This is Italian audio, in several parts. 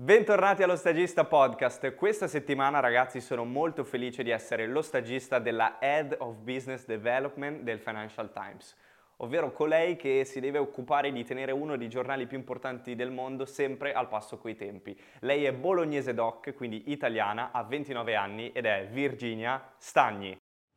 Bentornati allo Stagista Podcast. Questa settimana, ragazzi, sono molto felice di essere lo stagista della Head of Business Development del Financial Times, ovvero colei che si deve occupare di tenere uno dei giornali più importanti del mondo sempre al passo coi tempi. Lei è bolognese doc, quindi italiana, ha 29 anni ed è Virginia Stagni.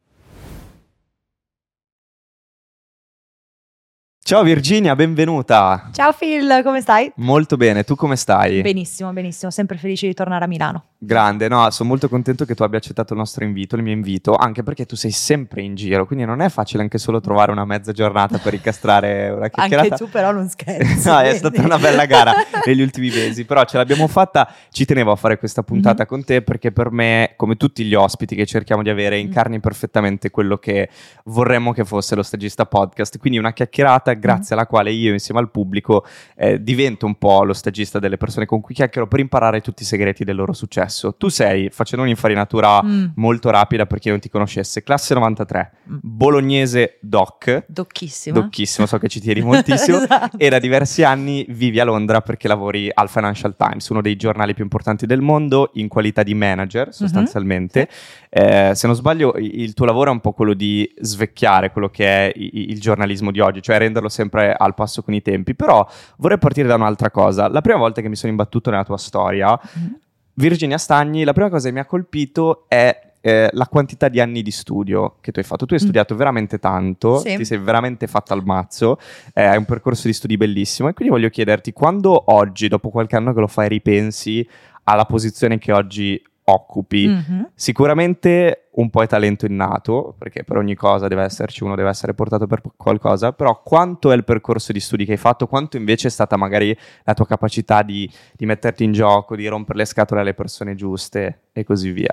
Ciao Virginia, benvenuta! Ciao Phil, come stai? Molto bene, tu come stai? Benissimo, sempre felice di tornare a Milano. Grande, no, sono molto contento che tu abbia accettato il nostro invito, il mio invito, anche perché tu sei sempre in giro, quindi non è facile anche solo trovare una mezza giornata per incastrare una chiacchierata. Anche tu però non scherzi. No, è stata una bella gara negli ultimi mesi, però ce l'abbiamo fatta, ci tenevo a fare questa puntata con te perché per me, come tutti gli ospiti che cerchiamo di avere, incarni perfettamente quello che vorremmo che fosse lo Stagista Podcast, quindi una chiacchierata grazie alla quale io insieme al pubblico divento un po' lo stagista delle persone con cui chiacchiero per imparare tutti i segreti del loro successo. Tu sei, facendo un'infarinatura molto rapida per chi non ti conoscesse, classe 93, bolognese doc. Docchissimo, so che ci tieni moltissimo. Esatto. E da diversi anni vivi a Londra perché lavori al Financial Times, uno dei giornali più importanti del mondo, in qualità di manager sostanzialmente. Se non sbaglio il tuo lavoro è un po' quello di svecchiare quello che è il giornalismo di oggi, cioè renderlo sempre al passo con i tempi. Però vorrei partire da un'altra cosa. La prima volta che mi sono imbattuto nella tua storia, Virginia Stagni, la prima cosa che mi ha colpito è la quantità di anni di studio che tu hai fatto. Tu hai studiato veramente tanto, Sì. ti sei veramente fatta al mazzo, hai un percorso di studi bellissimo, e quindi voglio chiederti, quando oggi, dopo qualche anno che lo fai, ripensi alla posizione che oggi occupi, sicuramente un po' è talento innato, perché per ogni cosa deve esserci uno, deve essere portato per qualcosa, però quanto è il percorso di studi che hai fatto, quanto invece è stata magari la tua capacità di metterti in gioco, di rompere le scatole alle persone giuste e così via?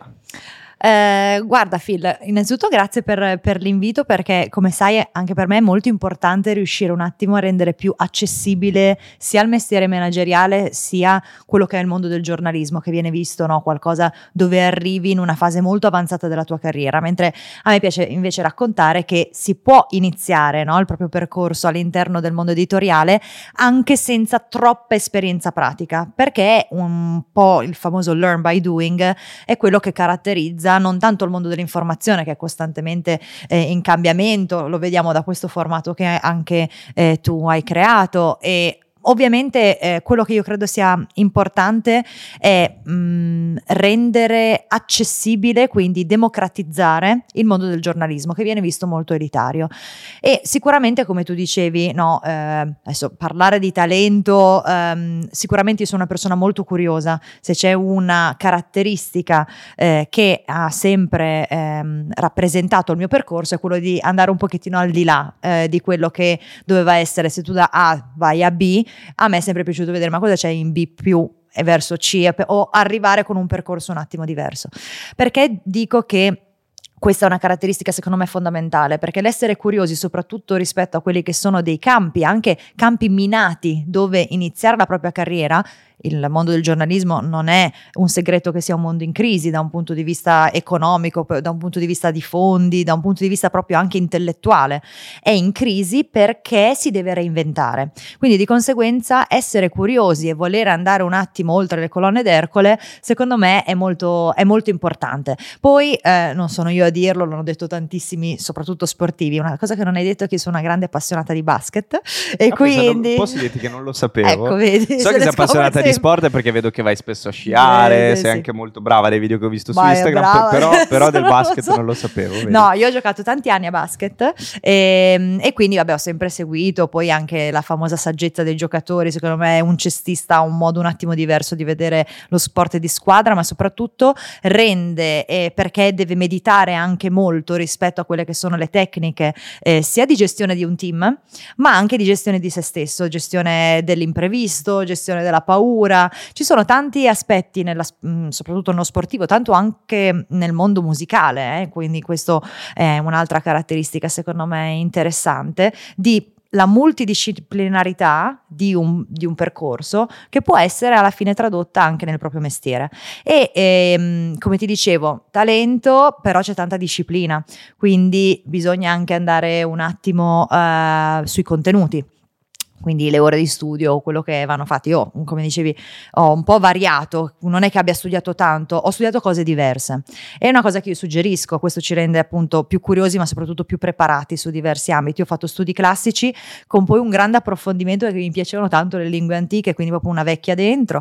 Guarda Phil, innanzitutto grazie per l'invito, perché come sai anche per me è molto importante riuscire un attimo a rendere più accessibile sia il mestiere manageriale sia quello che è il mondo del giornalismo, che viene visto, no, qualcosa dove arrivi in una fase molto avanzata della tua carriera, mentre a me piace invece raccontare che si può iniziare, no, il proprio percorso all'interno del mondo editoriale anche senza troppa esperienza pratica, perché un po' il famoso learn by doing è quello che caratterizza non tanto il mondo dell'informazione, che è costantemente in cambiamento, lo vediamo da questo formato che anche tu hai creato, e ovviamente quello che io credo sia importante è rendere accessibile, quindi democratizzare il mondo del giornalismo, che viene visto molto elitario. E sicuramente, come tu dicevi, no, adesso parlare di talento, sicuramente io sono una persona molto curiosa. Se c'è una caratteristica che ha sempre rappresentato il mio percorso, è quello di andare un pochettino al di là di quello che doveva essere. Se tu da A vai a B, a me è sempre piaciuto vedere ma cosa c'è in B più e verso C, o arrivare con un percorso un attimo diverso. Perché dico che questa è una caratteristica secondo me fondamentale, perché l'essere curiosi, soprattutto rispetto a quelli che sono dei campi, anche campi minati dove iniziare la propria carriera. Il mondo del giornalismo non è un segreto che sia un mondo in crisi da un punto di vista economico, da un punto di vista di fondi, da un punto di vista proprio anche intellettuale. È in crisi perché si deve reinventare. Quindi di conseguenza essere curiosi e voler andare un attimo oltre le colonne d'Ercole, secondo me è molto importante. Poi non sono io a dirlo, l'hanno detto tantissimi, soprattutto sportivi. Una cosa che non hai detto è che sono una grande appassionata di basket, e quindi posso dirti che non lo sapevo. Ecco, vedi, so che sei appassionata di sport perché vedo che vai spesso a sciare, sei anche molto brava dai video che ho visto su Instagram, però del basket non lo sapevo. Vedi? No, io ho giocato tanti anni a basket e quindi vabbè, ho sempre seguito poi anche la famosa saggezza dei giocatori. Secondo me un cestista ha un modo un attimo diverso di vedere lo sport di squadra, ma soprattutto rende, perché deve meditare anche molto rispetto a quelle che sono le tecniche sia di gestione di un team, ma anche di gestione di se stesso, gestione dell'imprevisto, gestione della paura. Ci sono tanti aspetti soprattutto nello sportivo, tanto anche nel mondo musicale, quindi questo è un'altra caratteristica secondo me interessante di la multidisciplinarità di un percorso, che può essere alla fine tradotta anche nel proprio mestiere. E come ti dicevo, talento, però c'è tanta disciplina, quindi bisogna anche andare un attimo sui contenuti. quindi le ore di studio, quello che vanno fatti. Io, come dicevi, ho un po' variato, non è che abbia studiato tanto, ho studiato cose diverse. È una cosa che io suggerisco, questo ci rende appunto più curiosi, ma soprattutto più preparati su diversi ambiti. Io ho fatto studi classici con poi un grande approfondimento, perché mi piacevano tanto le lingue antiche, quindi proprio una vecchia dentro.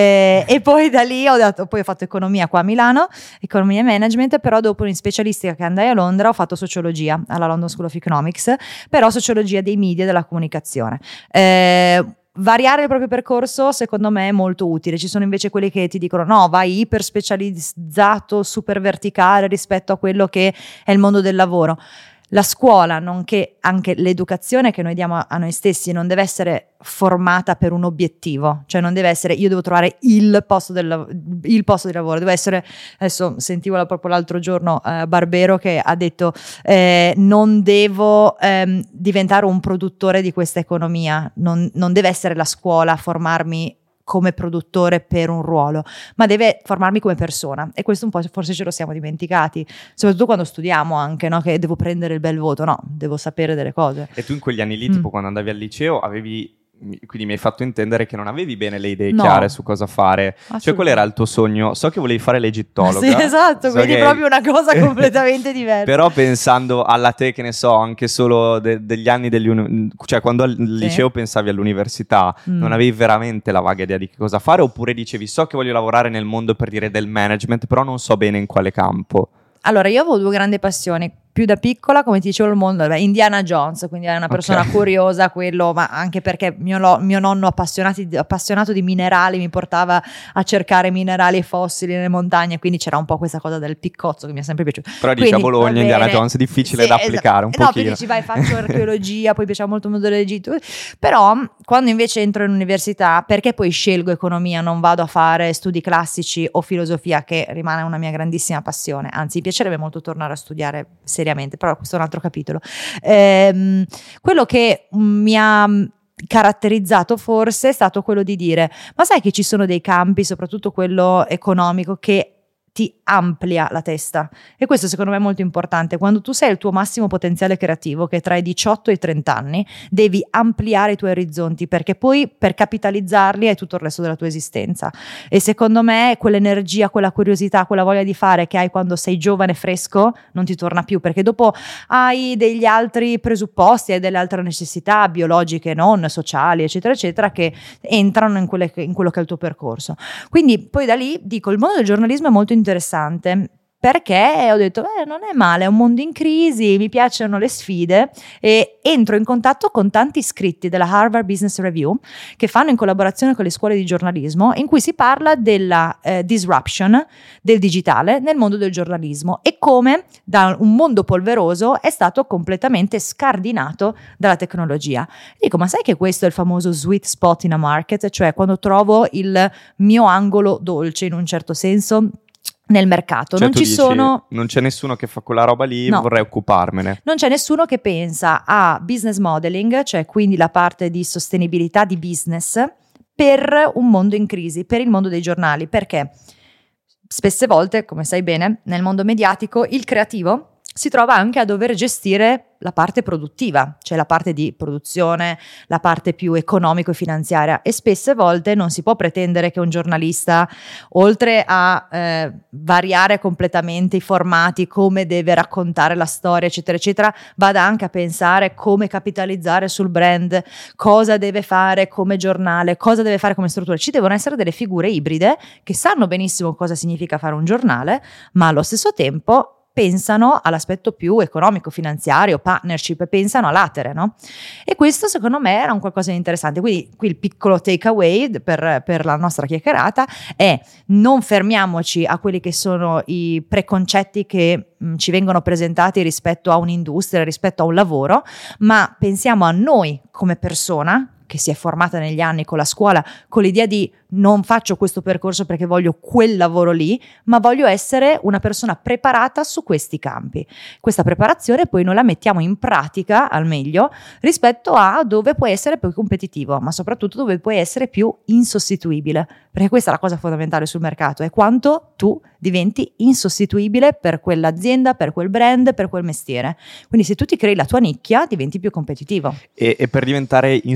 E poi da lì poi ho fatto economia qua a Milano, economia e management, però dopo in specialistica che andai a Londra ho fatto sociologia alla London School of Economics, però sociologia dei media e della comunicazione. Variare il proprio percorso secondo me è molto utile. Ci sono invece quelli che ti dicono no, vai iper specializzato, super verticale rispetto a quello che è il mondo del lavoro. La scuola, nonché anche l'educazione che noi diamo a noi stessi, non deve essere formata per un obiettivo, cioè non deve essere io devo trovare il posto di lavoro, deve essere, adesso sentivo proprio l'altro giorno Barbero che ha detto non devo diventare un produttore di questa economia, non deve essere la scuola a formarmi come produttore per un ruolo, ma deve formarmi come persona, e questo un po' forse ce lo siamo dimenticati, soprattutto quando studiamo anche, no? Che devo prendere il bel voto, no, devo sapere delle cose. E tu in quegli anni lì, tipo quando andavi al liceo, quindi mi hai fatto intendere che non avevi bene le idee chiare su cosa fare, cioè qual era il tuo sogno? So che volevi fare l'egittologa. Sì, esatto, quindi proprio una cosa completamente diversa. Però pensando alla te, che ne so, anche solo degli anni cioè quando al liceo pensavi all'università, non avevi veramente la vaga idea di che cosa fare, oppure dicevi so che voglio lavorare nel mondo, per dire, del management, però non so bene in quale campo? Allora, io avevo due grandi passioni. Più da piccola, come ti dicevo, il mondo, Indiana Jones, quindi è una persona curiosa, quello, ma anche perché mio nonno appassionato di minerali mi portava a cercare minerali e fossili nelle montagne, quindi c'era un po' questa cosa del piccozzo che mi è sempre piaciuto. Però dici a Bologna Indiana Jones è difficile da applicare un pochino. No, poi dici vai, faccio archeologia, poi piaceva molto il mondo dell'Egitto, però quando invece entro in università, perché poi scelgo economia, non vado a fare studi classici o filosofia, che rimane una mia grandissima passione, anzi mi piacerebbe molto tornare a studiare seriamente, però questo è un altro capitolo. Quello che mi ha caratterizzato forse è stato quello di dire, ma sai che ci sono dei campi, soprattutto quello economico, che ti amplia la testa, e questo secondo me è molto importante. Quando tu sei al tuo massimo potenziale creativo, che è tra i 18 e i 30 anni, devi ampliare i tuoi orizzonti, perché poi per capitalizzarli hai tutto il resto della tua esistenza, e secondo me quell'energia, quella curiosità, quella voglia di fare che hai quando sei giovane e fresco non ti torna più, perché dopo hai degli altri presupposti, hai delle altre necessità biologiche, non sociali, eccetera eccetera, che entrano in quello che è il tuo percorso. Quindi poi da lì dico, il mondo del giornalismo è molto interessante, perché ho detto non è male, è un mondo in crisi, mi piacciono le sfide, e entro in contatto con tanti scritti della Harvard Business Review che fanno in collaborazione con le scuole di giornalismo, in cui si parla della disruption del digitale nel mondo del giornalismo, e come da un mondo polveroso è stato completamente scardinato dalla tecnologia. Dico, ma sai che questo è il famoso sweet spot in a market, cioè quando trovo il mio angolo dolce, in un certo senso, nel mercato. Cioè, non c'è nessuno che fa quella roba lì, no, vorrei occuparmene. Non c'è nessuno che pensa a business modeling, cioè quindi la parte di sostenibilità di business per un mondo in crisi, per il mondo dei giornali, perché spesse volte, come sai bene, nel mondo mediatico il creativo si trova anche a dover gestire la parte produttiva, cioè la parte di produzione, la parte più economico e finanziaria, e spesse volte non si può pretendere che un giornalista, oltre a variare completamente i formati, come deve raccontare la storia, eccetera eccetera, vada anche a pensare come capitalizzare sul brand, cosa deve fare come giornale, cosa deve fare come struttura. Ci devono essere delle figure ibride che sanno benissimo cosa significa fare un giornale, ma allo stesso tempo pensano all'aspetto più economico, finanziario, partnership, pensano all'atere, no? E questo secondo me era un qualcosa di interessante. Quindi qui il piccolo takeaway per la nostra chiacchierata è: non fermiamoci a quelli che sono i preconcetti che ci vengono presentati rispetto a un'industria, rispetto a un lavoro, ma pensiamo a noi come persona che si è formata negli anni con la scuola, con l'idea di non faccio questo percorso perché voglio quel lavoro lì, ma voglio essere una persona preparata su questi campi. Questa preparazione poi noi la mettiamo in pratica al meglio rispetto a dove puoi essere più competitivo, ma soprattutto dove puoi essere più insostituibile, perché questa è la cosa fondamentale sul mercato, è quanto tu diventi insostituibile per quell'azienda, per quel brand, per quel mestiere. Quindi se tu ti crei la tua nicchia, diventi più competitivo. E per diventare insostituibile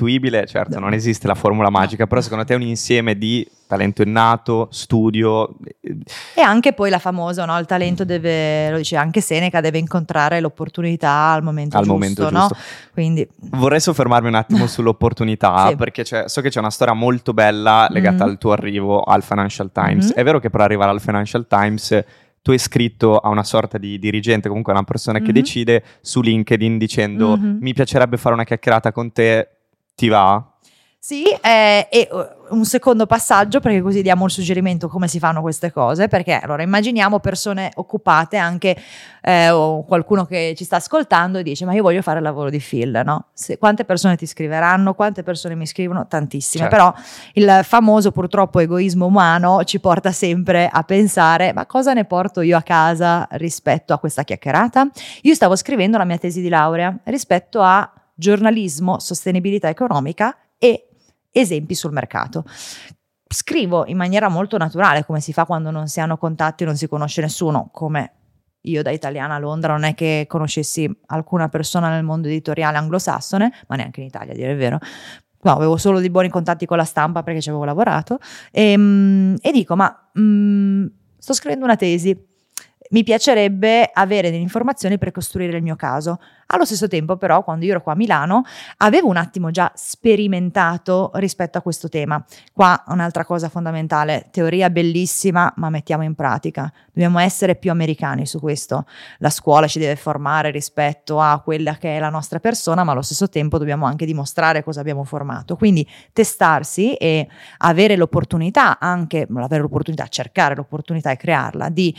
insostituibile, certo, non esiste la formula magica, però secondo te è un insieme di talento innato, studio e anche poi la famosa, no? Il talento deve, lo dice anche Seneca, deve incontrare l'opportunità al momento giusto, no? Quindi vorrei soffermarmi un attimo sull'opportunità, sì, perché so che c'è una storia molto bella legata al tuo arrivo al Financial Times. È vero che per arrivare al Financial Times tu hai scritto a una sorta di dirigente, comunque una persona che decide, su LinkedIn dicendo mi piacerebbe fare una chiacchierata con te, ti va? Sì, e un secondo passaggio, perché così diamo il suggerimento come si fanno queste cose, perché allora immaginiamo persone occupate, anche o qualcuno che ci sta ascoltando e dice ma io voglio fare il lavoro di Phil, no? Quante persone ti scriveranno? Quante persone mi scrivono? Tantissime, certo. Però il famoso purtroppo egoismo umano ci porta sempre a pensare ma cosa ne porto io a casa rispetto a questa chiacchierata? Io stavo scrivendo la mia tesi di laurea rispetto a giornalismo, sostenibilità economica e esempi sul mercato. Scrivo in maniera molto naturale, come si fa quando non si hanno contatti, non si conosce nessuno, come io da italiana a Londra non è che conoscessi alcuna persona nel mondo editoriale anglosassone, ma neanche in Italia, a dire il vero. No, avevo solo dei buoni contatti con la stampa perché ci avevo lavorato e dico sto scrivendo una tesi, mi piacerebbe avere delle informazioni per costruire il mio caso. Allo stesso tempo però, quando io ero qua a Milano, avevo un attimo già sperimentato rispetto a questo tema. Qua un'altra cosa fondamentale, teoria bellissima, ma mettiamo in pratica. Dobbiamo essere più americani su questo. La scuola ci deve formare rispetto a quella che è la nostra persona, ma allo stesso tempo dobbiamo anche dimostrare cosa abbiamo formato. Quindi testarsi e avere l'opportunità, cercare l'opportunità e crearla, di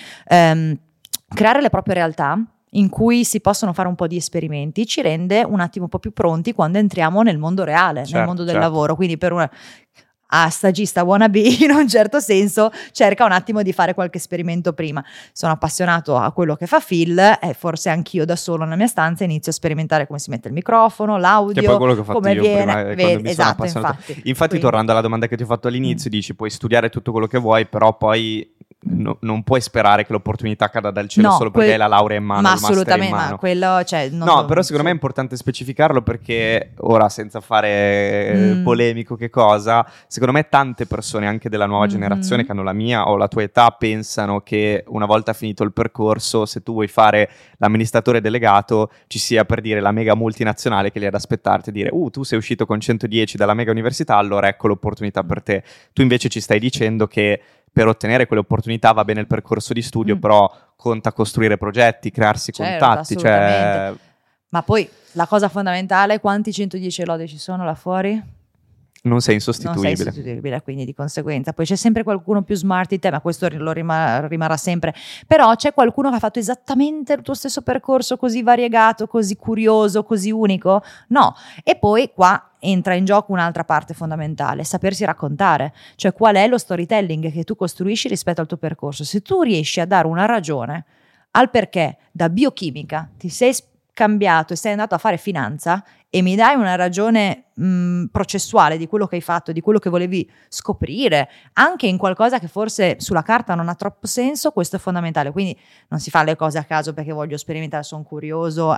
creare le proprie realtà in cui si possono fare un po' di esperimenti, ci rende un attimo un po' più pronti quando entriamo nel mondo reale, certo, nel mondo del lavoro. Quindi per una stagista wannabe, in un certo senso, cerca un attimo di fare qualche esperimento prima. Sono appassionato a quello che fa Phil e forse anch'io da solo nella mia stanza inizio a sperimentare come si mette il microfono, l'audio, che poi quello che ho fatto come io viene. Prima, esatto, infatti tornando alla domanda che ti ho fatto all'inizio, dici puoi studiare tutto quello che vuoi, però poi non puoi sperare che l'opportunità cada dal cielo solo perché hai la laurea in mano, ma il master assolutamente, in mano. Ma quello, cioè, però secondo me è importante specificarlo, perché ora, senza fare polemico che cosa, secondo me tante persone anche della nuova generazione che hanno la mia o la tua età pensano che una volta finito il percorso, se tu vuoi fare l'amministratore delegato, ci sia, per dire, la mega multinazionale che lì ad aspettarti e dire tu sei uscito con 110 dalla mega università, allora ecco l'opportunità per te. Tu invece ci stai dicendo che per ottenere quelle opportunità va bene il percorso di studio, però conta costruire progetti, crearsi contatti. Ma poi la cosa fondamentale, quanti 110 lode ci sono là fuori? Non sei insostituibile. Quindi di conseguenza poi c'è sempre qualcuno più smart di te, ma questo lo rimarrà sempre, però c'è qualcuno che ha fatto esattamente il tuo stesso percorso, così variegato, così curioso, così unico? No. E poi qua entra in gioco un'altra parte fondamentale, sapersi raccontare, cioè qual è lo storytelling che tu costruisci rispetto al tuo percorso. Se tu riesci a dare una ragione al perché da biochimica ti sei cambiato e sei andato a fare finanza e mi dai una ragione processuale di quello che hai fatto, di quello che volevi scoprire, anche in qualcosa che forse sulla carta non ha troppo senso, questo è fondamentale. Quindi non si fa le cose a caso perché voglio sperimentare, sono curioso,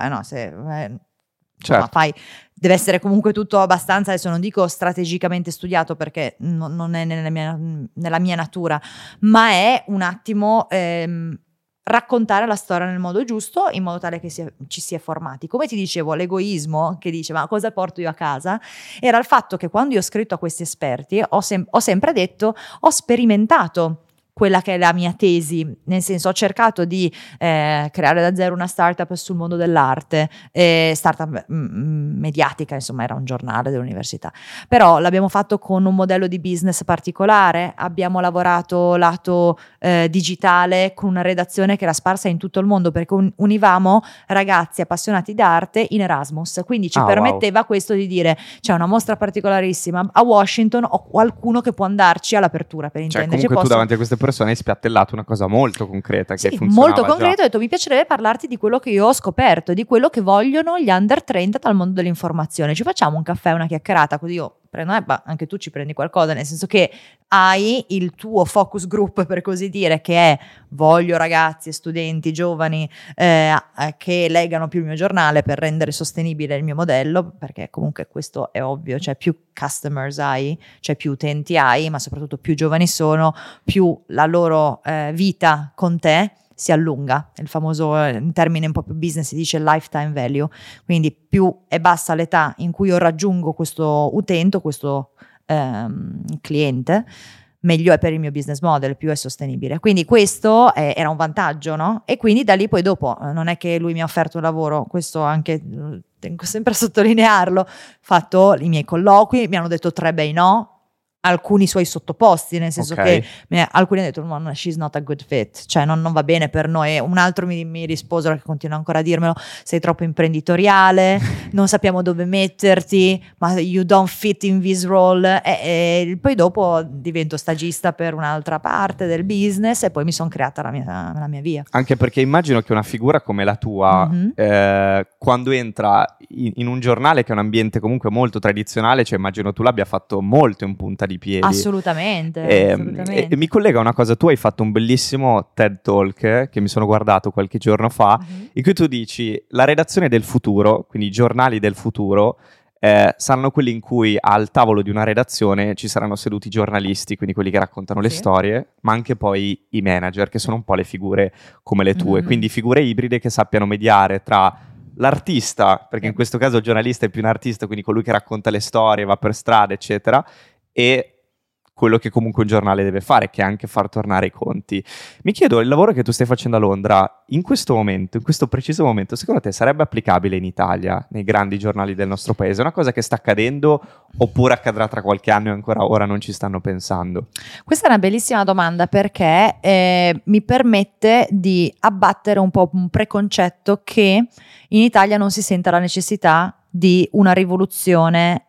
certo. Deve essere comunque tutto abbastanza, adesso non dico strategicamente studiato perché non è nella mia natura, ma è un attimo raccontare la storia nel modo giusto, in modo tale che ci si è formati. Come ti dicevo, l'egoismo che dice ma cosa porto io a casa, era il fatto che quando io ho scritto a questi esperti ho sempre detto, ho sperimentato quella che è la mia tesi, nel senso ho cercato di creare da zero una startup sul mondo dell'arte, startup mediatica, insomma era un giornale dell'università, però l'abbiamo fatto con un modello di business particolare, abbiamo lavorato lato digitale con una redazione che era sparsa in tutto il mondo perché univamo ragazzi appassionati d'arte in Erasmus, quindi ci permetteva questo di dire c'è una mostra particolarissima a Washington, ho qualcuno che può andarci all'apertura, per intenderci. Comunque tu davanti a queste persone hai spiattellato una cosa molto concreta che funzionava molto concreto, ho detto mi piacerebbe parlarti di quello che io ho scoperto, di quello che vogliono gli under 30 dal mondo dell'informazione, ci facciamo un caffè, una chiacchierata, così io ma anche tu ci prendi qualcosa, nel senso che hai il tuo focus group, per così dire, che è voglio ragazzi e studenti giovani che leggano più il mio giornale per rendere sostenibile il mio modello, perché comunque questo è ovvio, cioè più customers hai, cioè più utenti hai, ma soprattutto più giovani sono, più la loro vita con te si allunga. Il famoso, in termine un po' più business, si dice lifetime value, quindi più è bassa l'età in cui io raggiungo questo utente, questo cliente, meglio è per il mio business model, più è sostenibile. Quindi questo era un vantaggio, no? E quindi da lì poi dopo non è che lui mi ha offerto un lavoro, questo anche tengo sempre a sottolinearlo, fatto i miei colloqui, mi hanno detto 3 bei no, alcuni suoi sottoposti, nel senso che alcuni hanno detto no, she's not a good fit, cioè non va bene per noi. Un altro mi rispose, che continua ancora a dirmelo, sei troppo imprenditoriale, non sappiamo dove metterti, ma you don't fit in this role, e poi dopo divento stagista per un'altra parte del business e poi mi sono creata la mia via. Anche perché immagino che una figura come la tua, quando entra in un giornale che è un ambiente comunque molto tradizionale, cioè immagino tu l'abbia fatto molto in punta di piedi. Assolutamente. E mi collega a una cosa, tu hai fatto un bellissimo TED Talk che mi sono guardato qualche giorno fa, in cui tu dici la redazione del futuro, quindi i giornali del futuro, saranno quelli in cui al tavolo di una redazione ci saranno seduti i giornalisti, quindi quelli che raccontano le storie, ma anche poi i manager, che sono un po' le figure come le tue, quindi figure ibride che sappiano mediare tra l'artista, perché in questo caso il giornalista è più un artista, quindi colui che racconta le storie, va per strada, eccetera, e quello che comunque un giornale deve fare, che è anche far tornare i conti. Mi chiedo, il lavoro che tu stai facendo a Londra, in questo momento, in questo preciso momento, secondo te sarebbe applicabile in Italia, nei grandi giornali del nostro paese? È una cosa che sta accadendo oppure accadrà tra qualche anno e ancora ora non ci stanno pensando? Questa è una bellissima domanda, perché mi permette di abbattere un po' un preconcetto che in Italia non si senta la necessità di una rivoluzione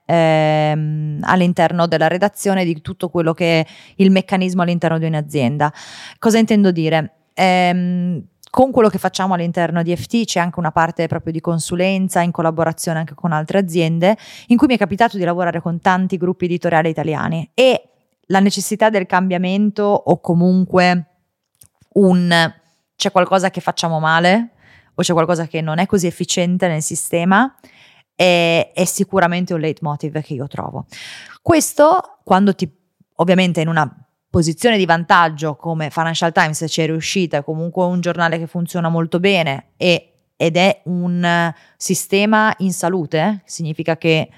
all'interno della redazione, di tutto quello che è il meccanismo all'interno di un'azienda. Cosa intendo dire? Con quello che facciamo all'interno di FT c'è anche una parte proprio di consulenza in collaborazione anche con altre aziende, in cui mi è capitato di lavorare con tanti gruppi editoriali italiani, e la necessità del cambiamento, o comunque c'è qualcosa che facciamo male o c'è qualcosa che non è così efficiente nel sistema, è sicuramente un leitmotiv che io trovo. Questo, quando ovviamente in una posizione di vantaggio come Financial Times ci è riuscita, è comunque un giornale che funziona molto bene ed è un sistema in salute, significa che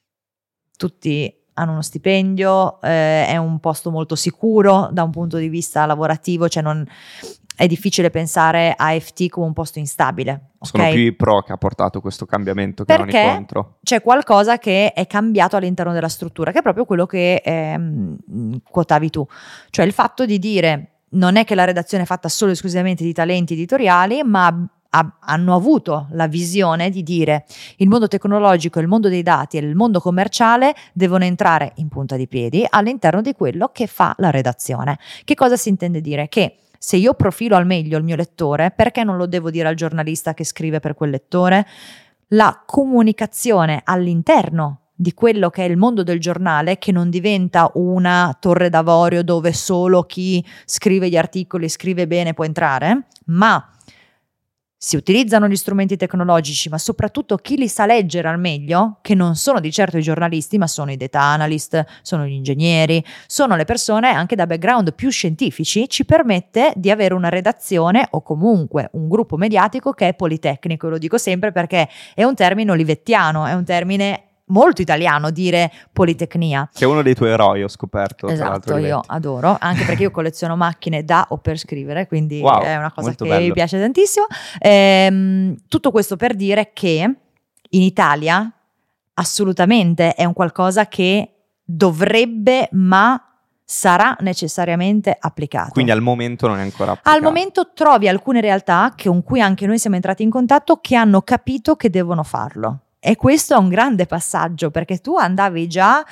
tutti hanno uno stipendio, è un posto molto sicuro da un punto di vista lavorativo, cioè è difficile pensare a FT come un posto instabile. Sono più i pro che ha portato questo cambiamento che non i contro. Perché c'è qualcosa che è cambiato all'interno della struttura, che è proprio quello che quotavi tu. Cioè il fatto di dire non è che la redazione è fatta solo e esclusivamente di talenti editoriali, ma hanno avuto la visione di dire il mondo tecnologico, il mondo dei dati e il mondo commerciale devono entrare in punta di piedi all'interno di quello che fa la redazione. Che cosa si intende dire? Che se io profilo al meglio il mio lettore, perché non lo devo dire al giornalista che scrive per quel lettore? La comunicazione all'interno di quello che è il mondo del giornale, che non diventa una torre d'avorio dove solo chi scrive gli articoli, scrive bene può entrare, ma si utilizzano gli strumenti tecnologici, ma soprattutto chi li sa leggere al meglio, che non sono di certo i giornalisti, ma sono i data analyst, sono gli ingegneri, sono le persone anche da background più scientifici, ci permette di avere una redazione o comunque un gruppo mediatico che è politecnico. Lo dico sempre perché è un termine olivettiano, è un termine molto italiano dire politecnia. Che è uno dei tuoi eroi, ho scoperto. Esatto, io adoro, anche perché io colleziono macchine da o per scrivere, quindi è una cosa che mi piace tantissimo. Tutto questo per dire che in Italia assolutamente è un qualcosa che dovrebbe, ma sarà necessariamente applicato. Quindi al momento non è ancora applicato. Al momento trovi alcune realtà con cui anche noi siamo entrati in contatto che hanno capito che devono farlo. E questo è un grande passaggio, perché tu andavi già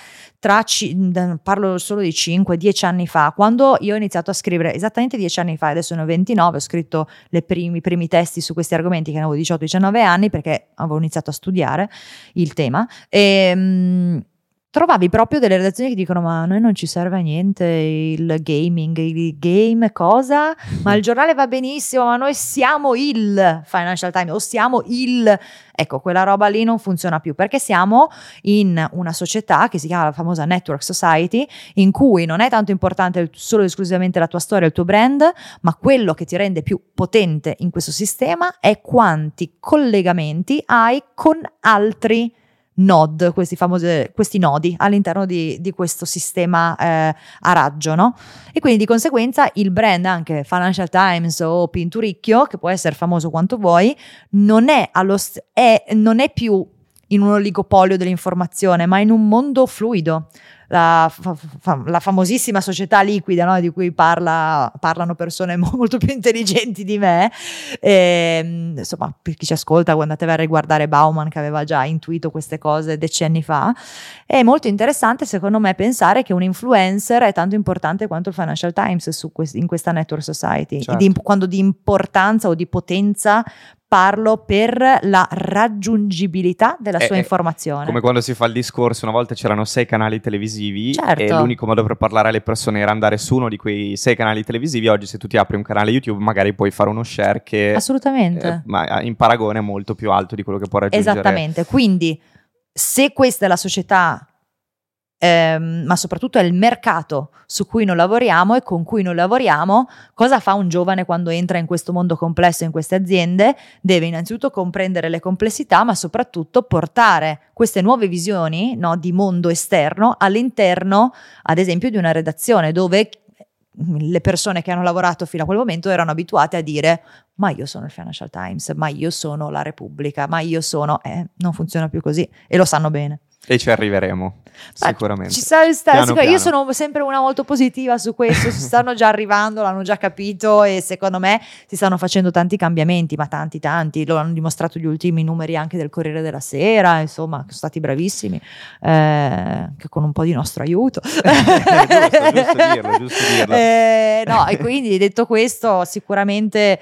parlo solo di 5-10 anni fa, quando io ho iniziato a scrivere, esattamente 10 anni fa, adesso ne ho 29, ho scritto i primi testi su questi argomenti che avevo 18-19 anni, perché avevo iniziato a studiare il tema, trovavi proprio delle redazioni che dicono: ma a noi non ci serve a niente il gaming, il game cosa? Ma il giornale va benissimo, ma noi siamo il Financial Times o siamo il... Ecco, quella roba lì non funziona più, perché siamo in una società che si chiama la famosa Network Society, in cui non è tanto importante solo ed esclusivamente la tua storia, il tuo brand, ma quello che ti rende più potente in questo sistema è quanti collegamenti hai con altri node, questi nodi all'interno di questo sistema a raggio, no? E quindi di conseguenza il brand, anche Financial Times o Pinturicchio, che può essere famoso quanto vuoi, non è più in un oligopolio dell'informazione, ma in un mondo fluido. La famosissima società liquida, no? Di cui parlano persone molto più intelligenti di me, insomma, per chi ci ascolta, guardate a riguardare Bauman, che aveva già intuito queste cose decenni fa. È molto interessante secondo me pensare che un influencer è tanto importante quanto il Financial Times in questa Network Society. Certo. Quando di importanza o di potenza parlo, per la raggiungibilità della sua informazione. Come quando si fa il discorso, una volta c'erano 6 canali televisivi, certo, e l'unico modo per parlare alle persone era andare su uno di quei 6 canali televisivi. Oggi se tu ti apri un canale YouTube magari puoi fare uno share che assolutamente, ma in paragone è molto più alto di quello che può raggiungere. Esattamente, quindi se questa è la società, ma soprattutto è il mercato su cui noi lavoriamo e con cui noi lavoriamo, cosa fa un giovane quando entra in questo mondo complesso, in queste aziende? Deve innanzitutto comprendere le complessità, ma soprattutto portare queste nuove visioni, no, di mondo esterno all'interno, ad esempio, di una redazione dove le persone che hanno lavorato fino a quel momento erano abituate a dire: ma io sono il Financial Times, ma io sono la Repubblica, ma io sono... non funziona più così, e lo sanno bene. E ci arriveremo, sicuramente. Io sono sempre una molto positiva su questo, si stanno già arrivando, l'hanno già capito, e secondo me si stanno facendo tanti cambiamenti, ma tanti, lo hanno dimostrato gli ultimi numeri anche del Corriere della Sera, insomma, sono stati bravissimi, che con un po' di nostro aiuto. giusto dirlo. No, e quindi detto questo, sicuramente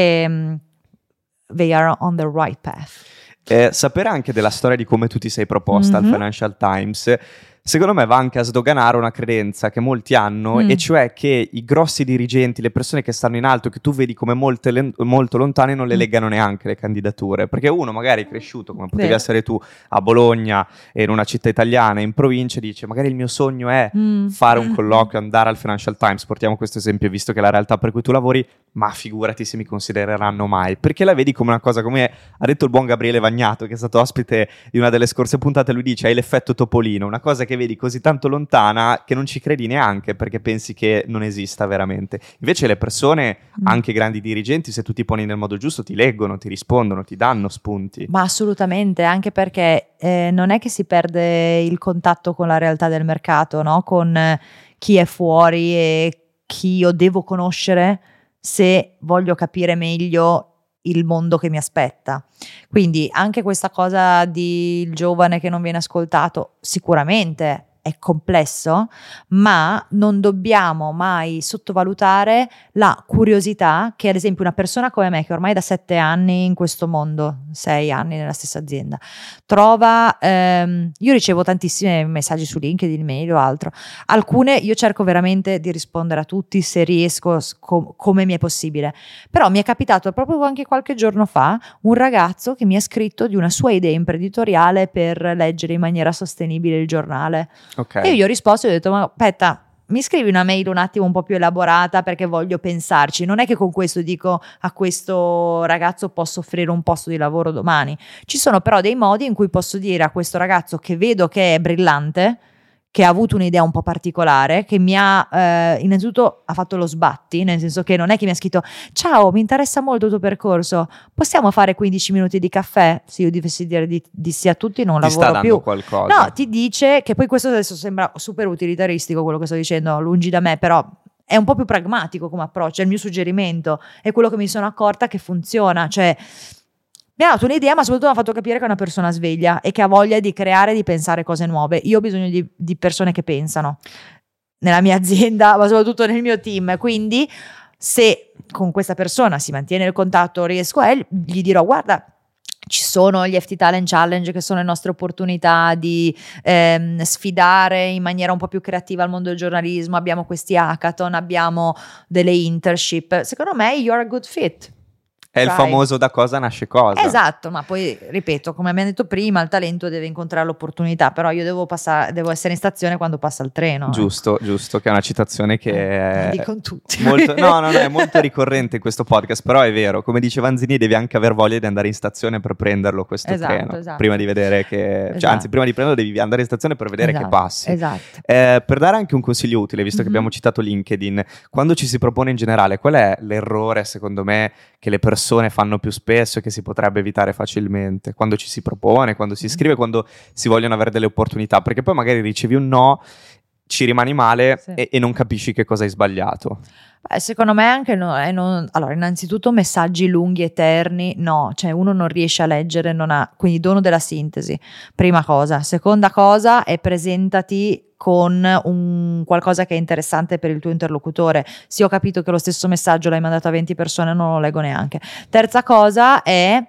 they are on the right path. Sapere anche della storia di come tu ti sei proposta al Financial Times, secondo me va anche a sdoganare una credenza che molti hanno, e cioè che i grossi dirigenti, le persone che stanno in alto, che tu vedi come molto lontane, non le leggano neanche le candidature, perché uno magari è cresciuto, come potevi essere tu, a Bologna, in una città italiana, in provincia, dice magari il mio sogno è fare un colloquio, andare al Financial Times, portiamo questo esempio visto che è la realtà per cui tu lavori, ma figurati se mi considereranno mai, perché la vedi come una cosa, come ha detto il buon Gabriele Vagnato, che è stato ospite di una delle scorse puntate. Lui dice: hai l'effetto Topolino, una cosa che vedi così tanto lontana che non ci credi neanche, perché pensi che non esista veramente. Invece le persone, anche grandi dirigenti, se tu ti poni nel modo giusto, ti leggono, ti rispondono, ti danno spunti. Ma assolutamente, anche perché non è che si perde il contatto con la realtà del mercato, no? Con chi è fuori e chi io devo conoscere se voglio capire meglio il mondo che mi aspetta. Quindi anche questa cosa di il giovane che non viene ascoltato sicuramente è complesso, ma non dobbiamo mai sottovalutare la curiosità che, ad esempio, una persona come me, che ormai da 7 anni in questo mondo, 6 anni nella stessa azienda, trova, io ricevo tantissimi messaggi su LinkedIn, mail o altro, alcune io cerco veramente di rispondere a tutti se riesco, come mi è possibile, però mi è capitato proprio anche qualche giorno fa un ragazzo che mi ha scritto di una sua idea imprenditoriale per leggere in maniera sostenibile il giornale. Okay. E io gli ho risposto e ho detto: ma aspetta, mi scrivi una mail un attimo un po' più elaborata, perché voglio pensarci. Non è che con questo dico a questo ragazzo posso offrire un posto di lavoro domani. Ci sono però dei modi in cui posso dire a questo ragazzo, che vedo che è brillante, che ha avuto un'idea un po' particolare, che mi ha innanzitutto ha fatto lo sbatti, nel senso che non è che mi ha scritto: ciao, mi interessa molto il tuo percorso, possiamo fare 15 minuti di caffè? Se io dovessi dire di sì a tutti, non lavoro sta dando più qualcosa. No, ti dice che poi questo adesso sembra super utilitaristico quello che sto dicendo, lungi da me, però è un po' più pragmatico come approccio, è il mio suggerimento, è quello che mi sono accorta che funziona, cioè mi ha dato un'idea, ma soprattutto mi ha fatto capire che è una persona sveglia e che ha voglia di creare, di pensare cose nuove. Io ho bisogno di persone che pensano nella mia azienda, ma soprattutto nel mio team. Quindi se con questa persona si mantiene il contatto, riesco gli dirò: guarda, Ci sono gli FT Talent Challenge, che sono le nostre opportunità di sfidare in maniera un po' più creativa il mondo del giornalismo. Abbiamo questi hackathon, abbiamo delle internship. Secondo me you're a good fit. È il famoso da cosa nasce cosa. Esatto, ma poi ripeto, come abbiamo detto prima, il talento deve incontrare l'opportunità, però io devo essere in stazione quando passa il treno. Giusto, giusto, che è una citazione che è dicono tutti. Molto, no, è molto ricorrente in questo podcast, però è vero, come dice Vanzini, devi anche aver voglia di andare in stazione per prenderlo questo treno, prima di vedere che, cioè, anzi prima di prenderlo devi andare in stazione per vedere che passi. Esatto. Per dare anche un consiglio utile, visto che abbiamo citato LinkedIn, quando ci si propone in generale, qual è l'errore secondo me che le persone fanno più spesso e che si potrebbe evitare facilmente quando ci si propone, quando si scrive, quando si vogliono avere delle opportunità, perché poi magari ricevi un no, ci rimani male e non capisci che cosa hai sbagliato. Secondo me anche allora, innanzitutto messaggi lunghi, eterni, no, cioè uno non riesce a leggere, non ha, quindi dono della sintesi, prima cosa. Seconda cosa è presentati con un qualcosa che è interessante per il tuo interlocutore. Sì, ho capito che lo stesso messaggio l'hai mandato a 20 persone, non lo leggo neanche. Terza cosa è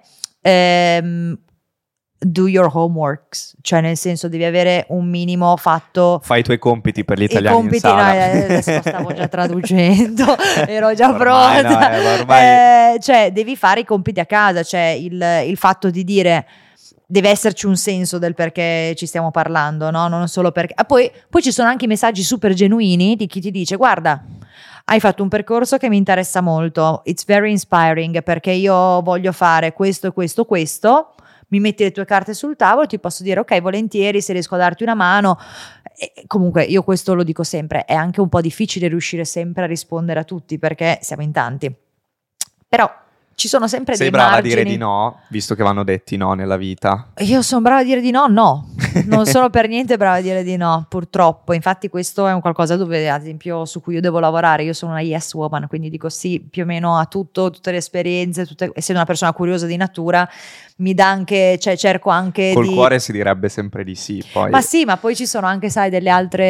do your homeworks, cioè nel senso devi avere un minimo fatto. Fai i tuoi compiti per gli italiani in sala. Adesso stavo già traducendo, ero già pronta. Ormai. Cioè devi fare i compiti a casa, cioè il fatto di dire deve esserci un senso del perché ci stiamo parlando, no? Non solo perché. Poi ci sono anche i messaggi super genuini di chi ti dice: guarda, hai fatto un percorso che mi interessa molto, it's very inspiring, perché io voglio fare questo e questo, mi metti le tue carte sul tavolo, ti posso dire ok, volentieri, se riesco a darti una mano. E comunque io questo lo dico sempre, è anche un po' difficile riuscire sempre a rispondere a tutti perché siamo in tanti, però ci sono sempre dei margini. Sei brava a dire di no, visto che vanno detti no nella vita? Io sono brava a dire di no? No, non sono per niente brava a dire di no, purtroppo. Infatti questo è un qualcosa dove, ad esempio, su cui io devo lavorare. Io sono una yes woman, quindi dico sì più o meno a tutto, tutte le esperienze, essendo una persona curiosa di natura, mi dà anche, cioè cerco anche col cuore si direbbe sempre di sì, poi. Ma sì, ma poi ci sono anche, sai, degli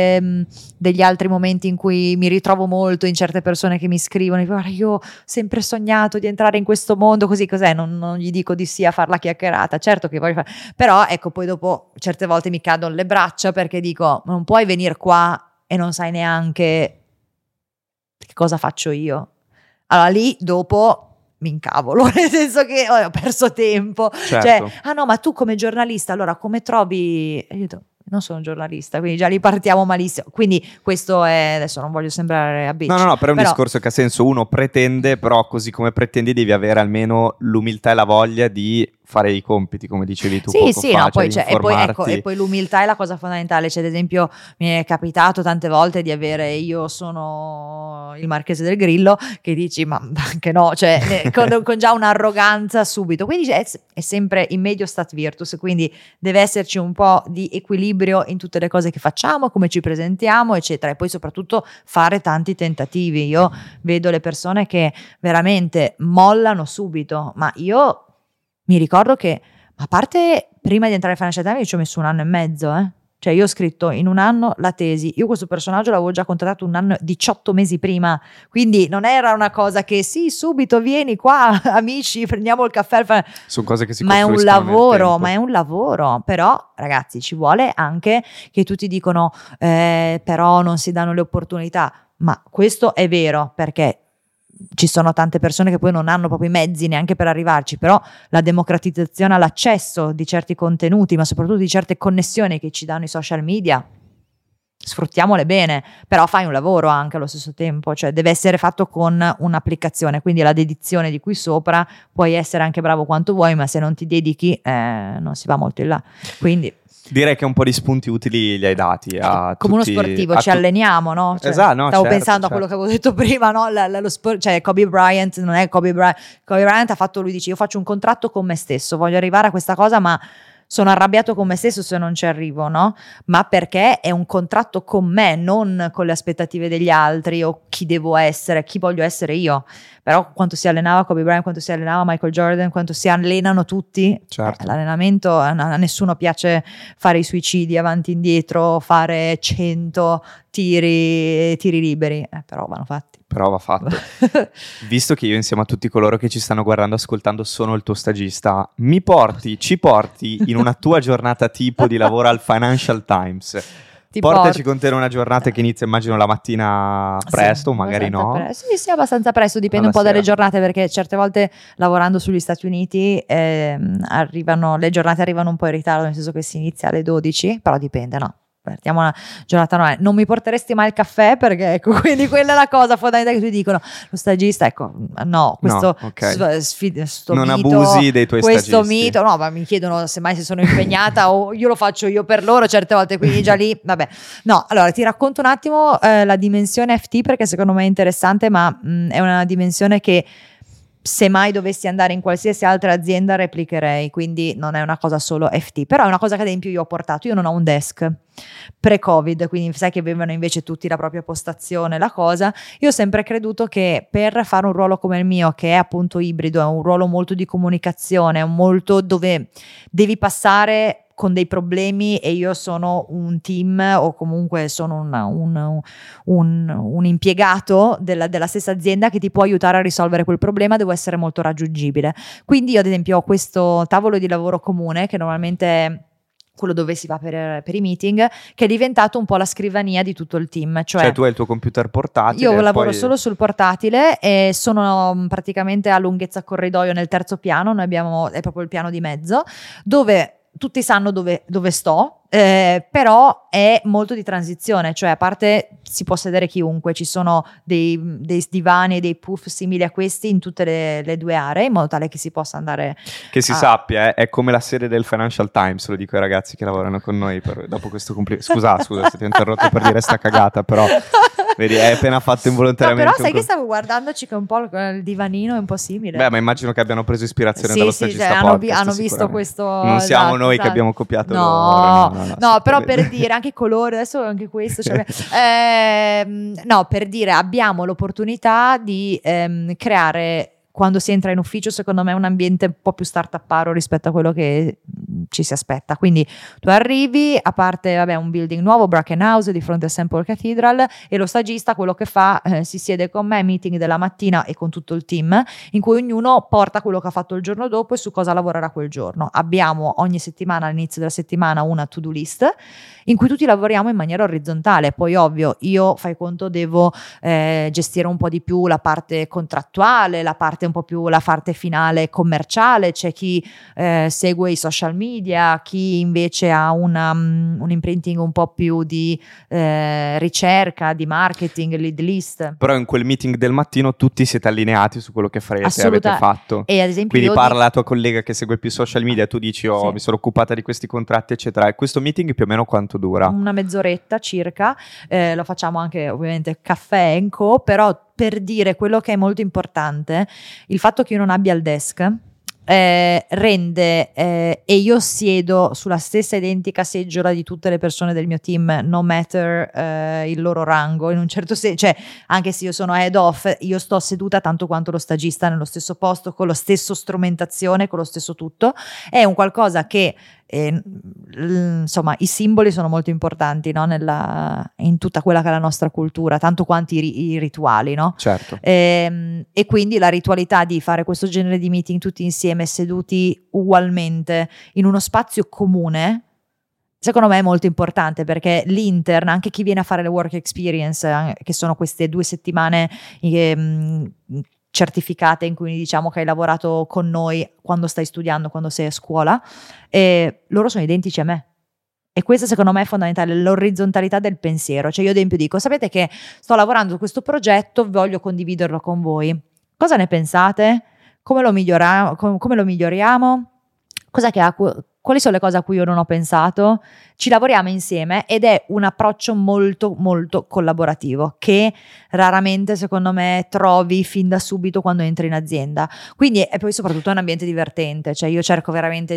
altri momenti in cui mi ritrovo molto in certe persone che mi scrivono, guarda, io ho sempre sognato di entrare in questo mondo, così cos'è? Non gli dico di sì a far la chiacchierata, certo che voglio fare, però ecco, poi dopo certe volte mi cadono le braccia perché dico, non puoi venire qua e non sai neanche che cosa faccio io. Allora lì dopo mi incavolo, nel senso che ho perso tempo. Certo. Cioè, no, ma tu come giornalista, allora come trovi? E io dico, non sono giornalista, quindi già lì partiamo malissimo. Quindi questo è, adesso non voglio sembrare a bitch. No, però è un discorso che ha senso, uno pretende, però così come pretendi devi avere almeno l'umiltà e la voglia di fare i compiti, come dicevi tu poco fa, no, poi cioè e poi l'umiltà è la cosa fondamentale. Cioè, ad esempio, mi è capitato tante volte di avere, io sono il Marchese del Grillo, che dici, ma anche no, cioè con già un'arroganza subito. Quindi è sempre in medio stat virtus, quindi deve esserci un po' di equilibrio in tutte le cose che facciamo, come ci presentiamo, eccetera. E poi soprattutto fare tanti tentativi. Io vedo le persone che veramente mollano subito, ma io mi ricordo che, a parte prima di entrare in Financial Times, ci ho messo 1 anno e mezzo, Cioè io ho scritto in 1 anno la tesi, io questo personaggio l'avevo già contattato 1 anno, 18 mesi prima, quindi non era una cosa che sì, subito vieni qua, amici, prendiamo il caffè. Sono cose che si ma è un lavoro, però ragazzi ci vuole anche che tutti dicono però non si danno le opportunità, ma questo è vero perché ci sono tante persone che poi non hanno proprio i mezzi neanche per arrivarci, però la democratizzazione all'accesso di certi contenuti, ma soprattutto di certe connessioni che ci danno i social media, sfruttiamole bene, però fai un lavoro anche allo stesso tempo, cioè deve essere fatto con un'applicazione, quindi la dedizione di qui sopra, puoi essere anche bravo quanto vuoi, ma se non ti dedichi non si va molto in là, quindi direi che un po' di spunti utili li hai dati a come tutti, uno sportivo, ci alleniamo, no? Cioè, esatto, no, stavo certo, pensando a quello che avevo detto prima, no? Lo sport, cioè Kobe Bryant non è Kobe Bryant ha fatto, lui dice, io faccio un contratto con me stesso, voglio arrivare a questa cosa, ma sono arrabbiato con me stesso se non ci arrivo, no? Ma perché è un contratto con me, non con le aspettative degli altri o chi devo essere, chi voglio essere io. Però quanto si allenava Kobe Bryant, quanto si allenava Michael Jordan, quanto si allenano tutti, certo. L'allenamento, a nessuno piace fare i suicidi avanti e indietro, fare 100 tiri liberi, però vanno fatti. Però va fatto. Visto che io insieme a tutti coloro che ci stanno guardando, ascoltando, sono il tuo stagista, ci porti in una tua giornata tipo di lavoro al Financial Times. Portaci con te in una giornata che inizia, immagino, la mattina presto, sì, magari no? Sì, abbastanza presto, dipende un po' dalle giornate, perché certe volte lavorando sugli Stati Uniti le giornate arrivano un po' in ritardo, nel senso che si inizia alle 12, però dipende, no? Partiamo una giornata normale. Non mi porteresti mai il caffè, perché ecco, quindi quella è la cosa fondamentale che ti dicono lo stagista, ecco, no, questo non mito, abusi dei tuoi questo stagisti. mito, no, ma mi chiedono semmai se sono impegnata o io lo faccio io per loro certe volte, quindi già lì, vabbè. No, allora ti racconto un attimo la dimensione FT, perché secondo me è interessante, ma è una dimensione che se mai dovessi andare in qualsiasi altra azienda replicherei, quindi non è una cosa solo FT, però è una cosa che ad esempio io ho portato. Io non ho un desk pre-Covid, quindi sai che avevano invece tutti la propria postazione, la cosa. Io ho sempre creduto che per fare un ruolo come il mio, che è appunto ibrido, è un ruolo molto di comunicazione, molto dove devi passare con dei problemi, e io sono un team o comunque sono un impiegato della stessa azienda che ti può aiutare a risolvere quel problema, devo essere molto raggiungibile. Quindi io ad esempio ho questo tavolo di lavoro comune, che normalmente è quello dove si va per i meeting, che è diventato un po' la scrivania di tutto il team. Cioè tu hai il tuo computer portatile. Io lavoro solo sul portatile e sono praticamente a lunghezza corridoio nel terzo piano. Noi abbiamo, è proprio il piano di mezzo, dove tutti sanno dove sto, però è molto di transizione, cioè a parte si può sedere chiunque, ci sono dei divani e dei puff simili a questi in tutte le due aree, in modo tale che si possa andare. Che si sappia, è come la sede del Financial Times, lo dico ai ragazzi che lavorano con noi dopo questo complimento. Scusa se ti ho interrotto per dire sta cagata, però vedi, hai appena fatto involontariamente. No, però sai che stavo guardandoci che un po' il divanino è un po' simile. Beh, ma immagino che abbiano preso ispirazione dallo stagista podcast, hanno visto questo. Non siamo noi che abbiamo copiato no, però per dire anche i colori, adesso anche questo, cioè, no, per dire, abbiamo l'opportunità di creare, quando si entra in ufficio, secondo me, un ambiente un po' più start-uparo rispetto a quello che ci si aspetta. Quindi tu arrivi, a parte un building nuovo, Bracken House, di fronte a St. Paul Cathedral, e lo stagista quello che fa, si siede con me, meeting della mattina e con tutto il team, in cui ognuno porta quello che ha fatto il giorno dopo e su cosa lavorerà quel giorno. Abbiamo ogni settimana, all'inizio della settimana, una to-do list in cui tutti lavoriamo in maniera orizzontale. Poi ovvio, io, fai conto, devo gestire un po' di più la parte contrattuale, la parte un po' più la parte finale commerciale. C'è chi segue i social media, chi invece ha un imprinting un po' più di ricerca, di marketing, lead list. Però in quel meeting del mattino tutti siete allineati su quello che farete, avete fatto. E ad esempio quindi parla la tua collega che segue più social media, tu dici sì, mi sono occupata di questi contratti eccetera. E questo meeting più o meno quanto dura? Una mezz'oretta circa, lo facciamo anche ovviamente caffè and co, però per dire quello che è molto importante, il fatto che io non abbia il desk rende e io siedo sulla stessa identica seggiola di tutte le persone del mio team, no matter il loro rango, in un certo senso, cioè anche se io sono head off, io sto seduta tanto quanto lo stagista nello stesso posto, con lo stesso strumentazione, con lo stesso tutto. È un qualcosa che insomma, i simboli sono molto importanti, no? In tutta quella che è la nostra cultura, tanto quanto i rituali, no? Certo. E quindi la ritualità di fare questo genere di meeting tutti insieme, seduti ugualmente in uno spazio comune, secondo me è molto importante, perché l'intern, anche chi viene a fare le work experience, che sono queste 2 settimane certificate in cui diciamo che hai lavorato con noi quando stai studiando, quando sei a scuola, e loro sono identici a me. E questo secondo me è fondamentale, l'orizzontalità del pensiero. Cioè io ad esempio dico, sapete che sto lavorando su questo progetto, voglio condividerlo con voi. Cosa ne pensate? Come lo miglioriamo? Quali sono le cose a cui io non ho pensato? Ci lavoriamo insieme ed è un approccio molto molto collaborativo che raramente secondo me trovi fin da subito quando entri in azienda. Quindi e poi soprattutto è un ambiente divertente, cioè io cerco veramente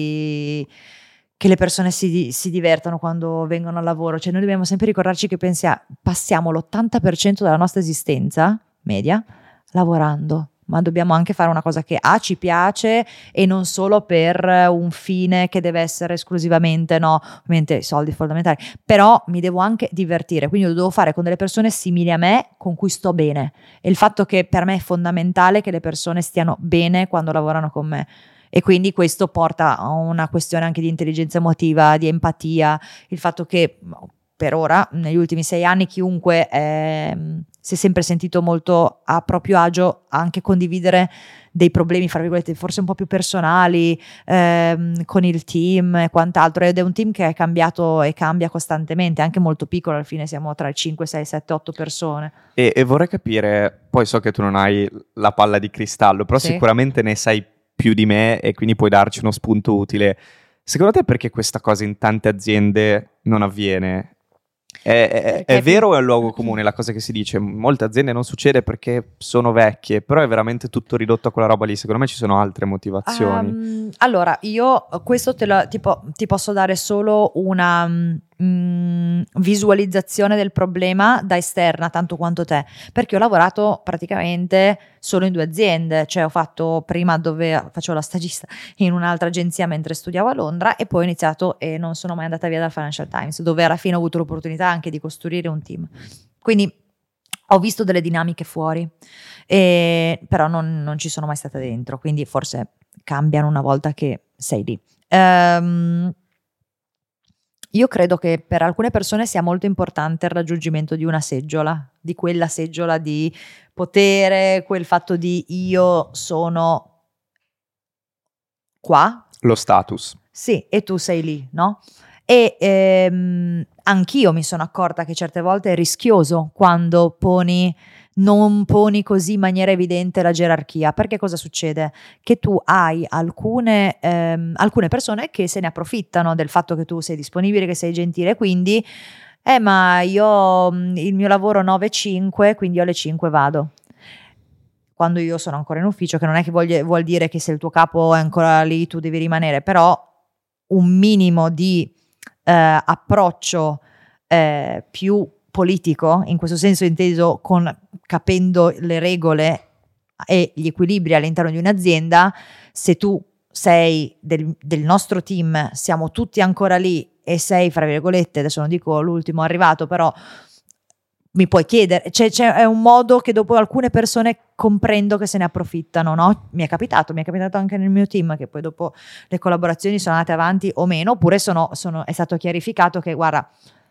che le persone si divertano quando vengono al lavoro. Cioè noi dobbiamo sempre ricordarci che passiamo l'80% della nostra esistenza media lavorando. ma dobbiamo anche fare una cosa che ci piace e non solo per un fine che deve essere esclusivamente, no, ovviamente i soldi fondamentali, però mi devo anche divertire, quindi lo devo fare con delle persone simili a me, con cui sto bene, e il fatto che per me è fondamentale che le persone stiano bene quando lavorano con me. E quindi questo porta a una questione anche di intelligenza emotiva, di empatia, il fatto che per ora, negli ultimi 6 anni, chiunque si è sempre sentito molto a proprio agio a anche condividere dei problemi, fra virgolette, forse un po' più personali con il team e quant'altro, ed è un team che è cambiato e cambia costantemente, anche molto piccolo, alla fine siamo tra i 5, 6, 7, 8 persone. E vorrei capire, poi so che tu non hai la palla di cristallo, però Sì. sicuramente ne sai più di me e quindi puoi darci uno spunto utile. Secondo te perché questa cosa in tante aziende non avviene? È vero o è un luogo comune la cosa che si dice? Molte aziende non succede perché sono vecchie, però è veramente tutto ridotto a quella roba lì. Secondo me ci sono altre motivazioni. Allora, io questo ti posso dare solo una visualizzazione del problema da esterna, tanto quanto te, perché ho lavorato praticamente solo in 2 aziende, cioè ho fatto prima dove facevo la stagista in un'altra agenzia mentre studiavo a Londra, e poi ho iniziato e non sono mai andata via dal Financial Times, dove alla fine ho avuto l'opportunità anche di costruire un team. Quindi ho visto delle dinamiche fuori, però non ci sono mai stata dentro, quindi forse cambiano una volta che sei lì. Io credo che per alcune persone sia molto importante il raggiungimento di una seggiola, di quella seggiola di potere, quel fatto di io sono qua. Lo status. Sì, e tu sei lì, no? E anch'io mi sono accorta che certe volte è rischioso quando non poni così in maniera evidente la gerarchia, perché cosa succede? Che tu hai alcune persone che se ne approfittano del fatto che tu sei disponibile, che sei gentile, quindi ma io il mio lavoro 9-5, quindi io alle 5 vado. Quando io sono ancora in ufficio, che non è che vuol dire che se il tuo capo è ancora lì tu devi rimanere, però un minimo di approccio più politico, in questo senso inteso capendo le regole e gli equilibri all'interno di un'azienda. Se tu sei del nostro team, siamo tutti ancora lì e sei, fra virgolette, adesso non dico l'ultimo arrivato, però mi puoi chiedere, è un modo che dopo alcune persone comprendo che se ne approfittano, no? Mi è capitato anche nel mio team, che poi dopo le collaborazioni sono andate avanti o meno, oppure è stato chiarificato che guarda,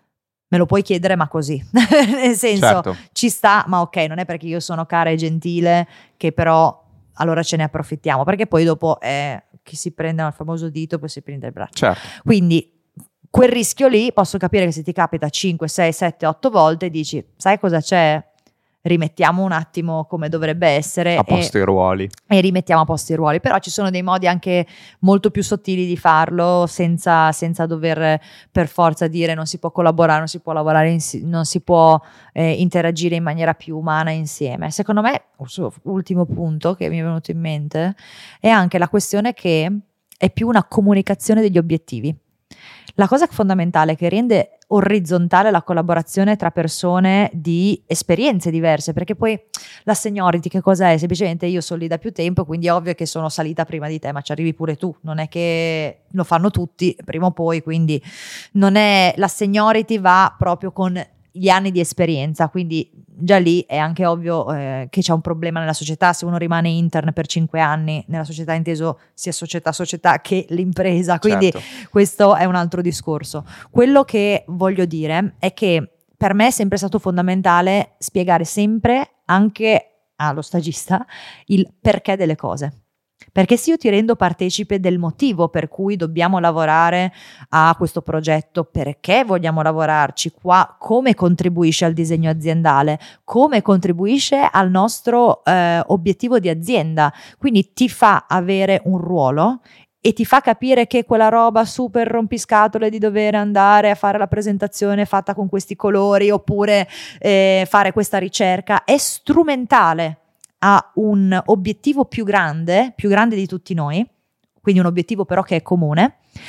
me lo puoi chiedere ma così, nel senso, certo, ci sta, ma ok, non è perché io sono cara e gentile che però allora ce ne approfittiamo, perché poi dopo chi si prende al famoso dito poi si prende il braccio. certo. Quindi quel rischio lì posso capire che se ti capita 5, 6, 7, 8 volte dici, sai cosa c'è? Rimettiamo un attimo come dovrebbe essere A posto i ruoli. E rimettiamo a posto i ruoli, però ci sono dei modi anche molto più sottili di farlo senza dover per forza dire non si può collaborare, non si può lavorare, non si può interagire in maniera più umana insieme. Secondo me, ultimo punto che mi è venuto in mente, è anche la questione che è più una comunicazione degli obiettivi. La cosa fondamentale che rende orizzontale la collaborazione tra persone di esperienze diverse, perché poi la seniority che cosa è? Semplicemente io sono lì da più tempo, quindi è ovvio che sono salita prima di te, ma ci arrivi pure tu, non è che lo fanno tutti prima o poi, quindi non è, la seniority va proprio con gli anni di esperienza, quindi già lì è anche ovvio che c'è un problema nella società se uno rimane intern per 5 anni, nella società inteso sia società che l'impresa, quindi certo. Questo è un altro discorso. Quello che voglio dire è che per me è sempre stato fondamentale spiegare sempre anche allo stagista il perché delle cose. Perché se io ti rendo partecipe del motivo per cui dobbiamo lavorare a questo progetto, perché vogliamo lavorarci qua, come contribuisce al disegno aziendale, come contribuisce al nostro obiettivo di azienda, quindi ti fa avere un ruolo e ti fa capire che quella roba super rompiscatole di dover andare a fare la presentazione fatta con questi colori oppure fare questa ricerca è strumentale a un obiettivo più grande di tutti noi, quindi un obiettivo però che è comune,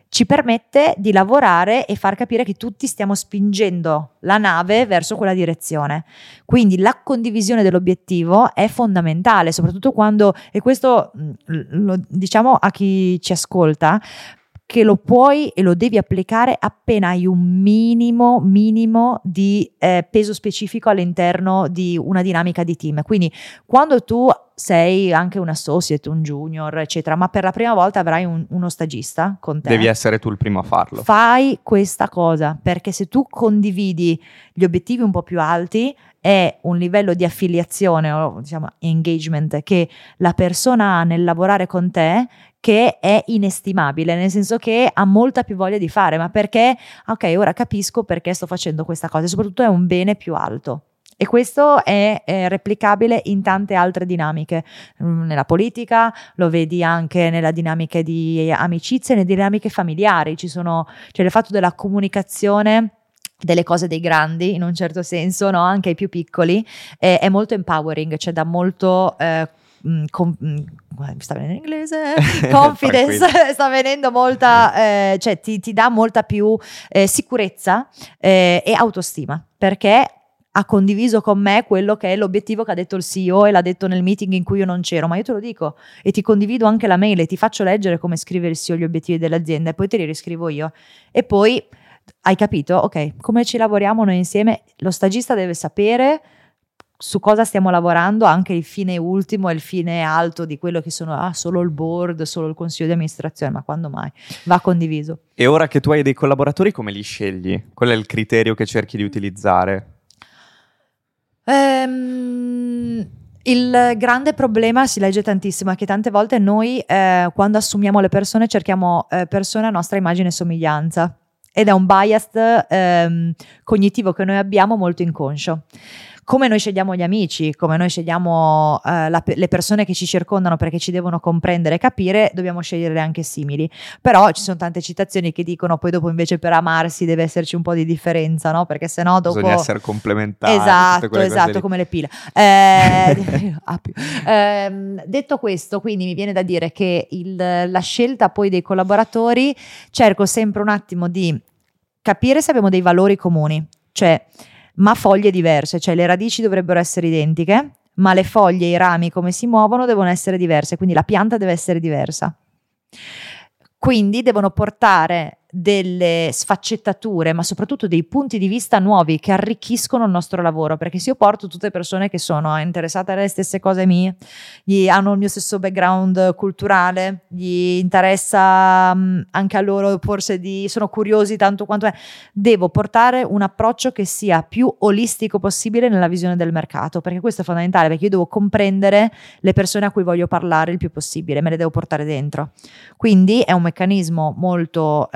ci permette di lavorare e far capire che tutti stiamo spingendo la nave verso quella direzione. Quindi la condivisione dell'obiettivo è fondamentale, soprattutto quando, e questo lo diciamo a chi ci ascolta, che lo puoi e lo devi applicare appena hai un minimo di peso specifico all'interno di una dinamica di team. Quindi quando tu sei anche un associate, un junior, eccetera, ma per la prima volta avrai uno stagista con te. Devi essere tu il primo a farlo. Fai questa cosa, perché se tu condividi gli obiettivi un po' più alti, è un livello di affiliazione o diciamo engagement che la persona ha nel lavorare con te che è inestimabile, nel senso che ha molta più voglia di fare, ma perché, ok, ora capisco perché sto facendo questa cosa, e soprattutto è un bene più alto. E questo è replicabile in tante altre dinamiche, nella politica, lo vedi anche nella dinamica di amicizie, nelle dinamiche familiari, c'è il fatto della comunicazione delle cose dei grandi, in un certo senso, no? Anche ai più piccoli, è molto empowering, cioè dà molto... mi sta venendo in inglese confidence sta venendo molta cioè ti dà molta più sicurezza e autostima, perché ha condiviso con me quello che è l'obiettivo che ha detto il CEO e l'ha detto nel meeting in cui io non c'ero, ma io te lo dico e ti condivido anche la mail e ti faccio leggere come scrive il CEO gli obiettivi dell'azienda e poi te li riscrivo io e poi hai capito, ok, come ci lavoriamo noi insieme. Lo stagista deve sapere su cosa stiamo lavorando, anche il fine ultimo e il fine alto di quello che sono solo il board, solo il consiglio di amministrazione, ma quando mai? Va condiviso. E ora che tu hai dei collaboratori, come li scegli? Qual è il criterio che cerchi di utilizzare? Il grande problema, si legge tantissimo, è che tante volte noi quando assumiamo le persone cerchiamo persone a nostra immagine e somiglianza ed è un bias cognitivo che noi abbiamo molto inconscio. Come noi scegliamo gli amici, come noi scegliamo le persone che ci circondano perché ci devono comprendere e capire, dobbiamo scegliere anche simili. Però ci sono tante citazioni che dicono poi dopo invece per amarsi deve esserci un po' di differenza, no? Perché sennò dopo... Bisogna essere complementari. Esatto, come le pile. Detto questo, quindi mi viene da dire che la scelta poi dei collaboratori, cerco sempre un attimo di capire se abbiamo dei valori comuni, cioè... ma foglie diverse, cioè le radici dovrebbero essere identiche, ma le foglie e i rami come si muovono devono essere diverse, quindi la pianta deve essere diversa. Quindi devono portare delle sfaccettature, ma soprattutto dei punti di vista nuovi che arricchiscono il nostro lavoro, perché se io porto tutte persone che sono interessate alle stesse cose mie, hanno il mio stesso background culturale, gli interessa anche a loro forse sono curiosi tanto quanto è, devo portare un approccio che sia più olistico possibile nella visione del mercato, perché questo è fondamentale, perché io devo comprendere le persone a cui voglio parlare il più possibile, me le devo portare dentro. Quindi è un meccanismo molto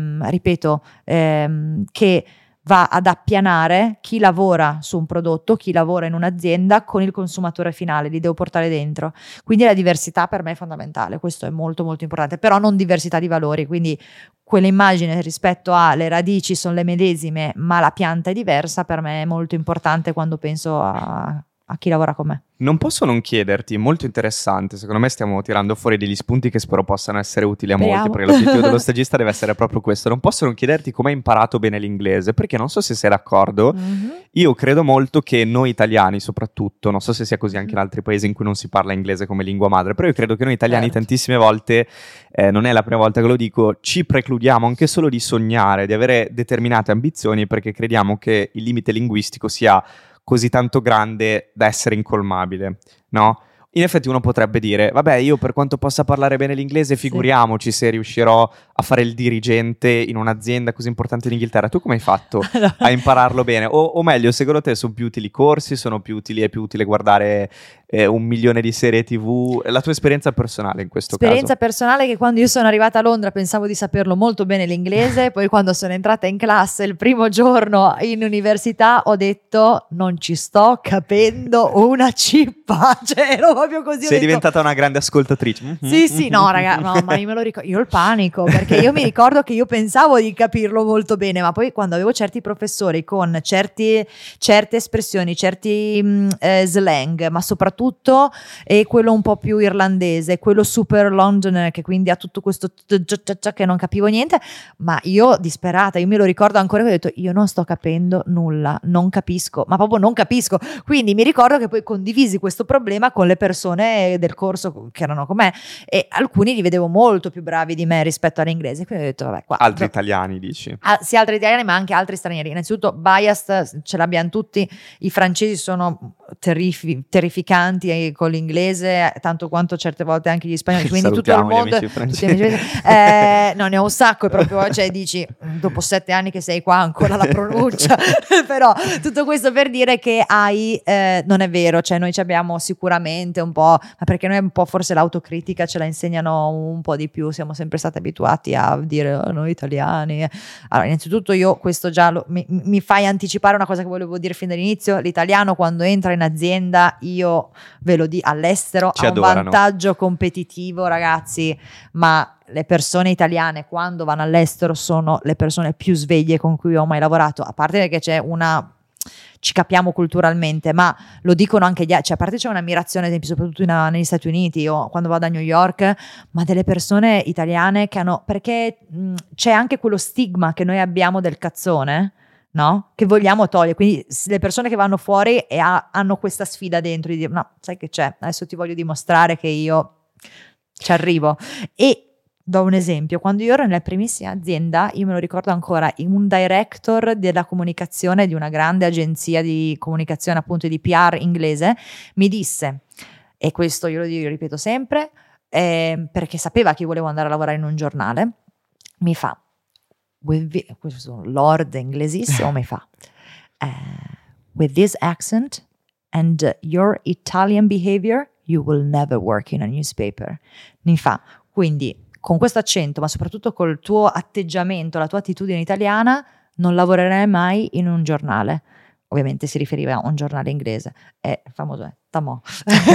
che va ad appianare chi lavora su un prodotto, chi lavora in un'azienda con il consumatore finale, li devo portare dentro. Quindi la diversità per me è fondamentale, questo è molto molto importante, però non diversità di valori, quindi quell'immagine rispetto alle radici sono le medesime ma la pianta è diversa, per me è molto importante quando penso a chi lavora con me. Non posso non chiederti, molto interessante, secondo me stiamo tirando fuori degli spunti che spero possano essere utili a molti, perché l'obiettivo dello stagista deve essere proprio questo. Non posso non chiederti come hai imparato bene l'inglese, perché non so se sei d'accordo, io credo molto che noi italiani soprattutto, non so se sia così anche in altri paesi in cui non si parla inglese come lingua madre, però io credo che noi italiani tantissime volte, non è la prima volta che lo dico, ci precludiamo anche solo di sognare, di avere determinate ambizioni, perché crediamo che il limite linguistico sia così tanto grande da essere incolmabile, no? In effetti uno potrebbe dire, vabbè, io per quanto possa parlare bene l'inglese, figuriamoci se riuscirò a fare il dirigente in un'azienda così importante in Inghilterra. Tu come hai fatto a impararlo bene? O meglio, secondo te sono più utili corsi, è più utile guardare 1 milione di serie TV? La tua esperienza personale in questo caso? Esperienza personale che quando io sono arrivata a Londra pensavo di saperlo molto bene l'inglese, poi quando sono entrata in classe il primo giorno in università ho detto non ci sto capendo una cippa, cioè ero proprio così. Sei diventata una grande ascoltatrice. Sì, no, raga, no, ma io me lo ricordo. Io ho il panico perché che io mi ricordo che io pensavo di capirlo molto bene, ma poi quando avevo certi professori con certe espressioni, certi slang, ma soprattutto quello un po' più irlandese, quello super Londoner, che quindi ha tutto questo che non capivo niente, ma io disperata, io me lo ricordo ancora che ho detto io non sto capendo nulla, non capisco, ma proprio non capisco. Quindi mi ricordo che poi condivisi questo problema con le persone del corso che erano con me, e alcuni li vedevo molto più bravi di me rispetto all'inglese, quindi ho detto vabbè, qua altri italiani dici? Sì, altri italiani ma anche altri stranieri. Innanzitutto bias ce l'abbiamo tutti, i francesi sono terrificanti con l'inglese tanto quanto certe volte anche gli spagnoli, quindi tutto il mondo no, ne ho un sacco, e proprio cioè dici dopo 7 anni che sei qua ancora la pronuncia però tutto questo per dire che non è vero, cioè noi ci abbiamo sicuramente un po', ma perché noi un po' forse l'autocritica ce la insegnano un po' di più, siamo sempre stati abituati a dire noi italiani. Allora, innanzitutto io questo già mi fai anticipare una cosa che volevo dire fin dall'inizio: l'italiano quando entra in azienda, io ve lo dico, all'estero ci ha un adorano. vantaggio competitivo, ragazzi, ma le persone italiane quando vanno all'estero sono le persone più sveglie con cui ho mai lavorato, a parte che ci capiamo culturalmente, ma lo dicono anche gli altri, cioè a parte c'è un'ammirazione, ad esempio, soprattutto negli Stati Uniti o quando vado a New York, ma delle persone italiane che hanno, perché c'è anche quello stigma che noi abbiamo del cazzone, no? Che vogliamo togliere, quindi le persone che vanno fuori e hanno questa sfida dentro di dire no, sai che c'è, adesso ti voglio dimostrare che io ci arrivo. E do un esempio: quando io ero nella primissima azienda, io me lo ricordo ancora, un director della comunicazione di una grande agenzia di comunicazione, appunto di PR inglese, mi disse, e questo io lo ripeto sempre, perché sapeva che io volevo andare a lavorare in un giornale, mi fa, questo è un lord inglesissimo, mi fa with this accent and your Italian behavior you will never work in a newspaper. Mi fa, quindi con questo accento, ma soprattutto col tuo atteggiamento, la tua attitudine italiana, non lavorerai mai in un giornale. Ovviamente si riferiva a un giornale inglese. È famoso, Tamò.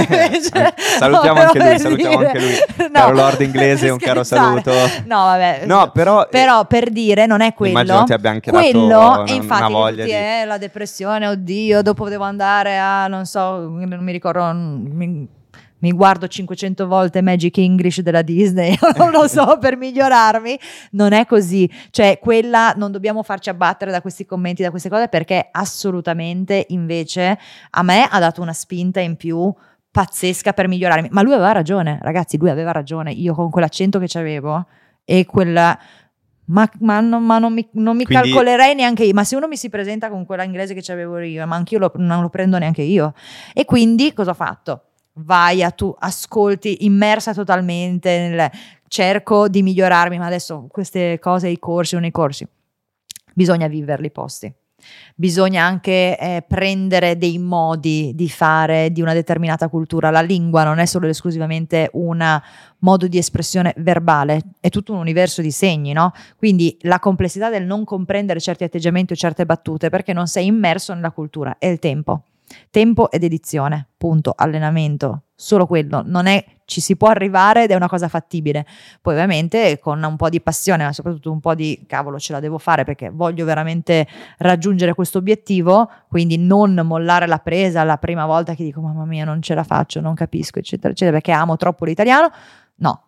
Salutiamo anche lui. No, caro lord inglese, un caro saluto. No, vabbè. No, però per dire, non è quello. Immagino ti abbia anche quello, dato e infatti, una voglia tutti, la depressione, oddio, dopo devo andare a, non so, non mi ricordo, mi guardo 500 volte Magic English della Disney, non lo so, per migliorarmi. Non è così, cioè quella, non dobbiamo farci abbattere da questi commenti, da queste cose, perché assolutamente invece a me ha dato una spinta in più pazzesca per migliorarmi. Ma lui aveva ragione, ragazzi, lui aveva ragione. Io con quell'accento che c'avevo e quella... Ma non mi calcolerei neanche io, ma se uno mi si presenta con quella inglese che c'avevo io, ma anch'io non lo prendo neanche io. E quindi cosa ho fatto? Vai tu ascolti, immersa totalmente cerco di migliorarmi, ma adesso queste cose, i corsi, non i corsi, bisogna viverli i posti, bisogna anche prendere dei modi di fare di una determinata cultura. La lingua non è solo ed esclusivamente un modo di espressione verbale, è tutto un universo di segni, no? Quindi la complessità del non comprendere certi atteggiamenti o certe battute perché non sei immerso nella cultura è il tempo ed edizione, punto, allenamento, solo quello, non è, ci si può arrivare ed è una cosa fattibile, poi ovviamente con un po' di passione, ma soprattutto un po' di cavolo, ce la devo fare perché voglio veramente raggiungere questo obiettivo, quindi non mollare la presa la prima volta che dico mamma mia non ce la faccio, non capisco eccetera eccetera perché amo troppo l'italiano. No,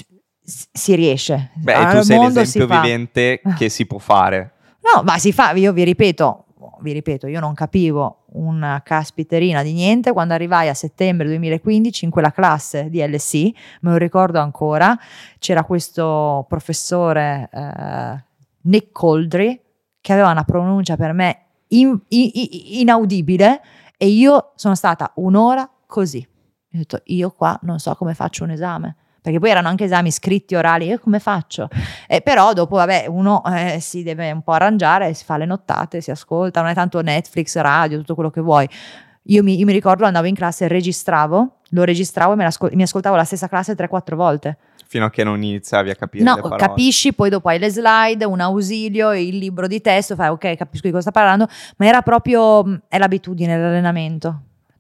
si riesce. Beh, tu sei l'esempio vivente che si può fare. No, ma si fa, io vi ripeto, io non capivo una caspiterina di niente quando arrivai a settembre 2015 in quella classe di LSE, me lo ricordo ancora, c'era questo professore Nick Coldry che aveva una pronuncia per me inaudibile e io sono stata un'ora così, ho detto io qua non so come faccio un esame, perché poi erano anche esami scritti, orali, io come faccio? Però dopo vabbè uno si deve un po' arrangiare, si fa le nottate, si ascolta, non è tanto Netflix, radio, tutto quello che vuoi. Io mi ricordo andavo in classe, lo registravo e mi ascoltavo la stessa classe 3-4 volte. Fino a che non iniziavi a capire le parole. Capisci, poi dopo hai le slide, un ausilio, il libro di testo, fai ok, capisco di cosa sta parlando, ma era proprio, è l'abitudine, l'allenamento.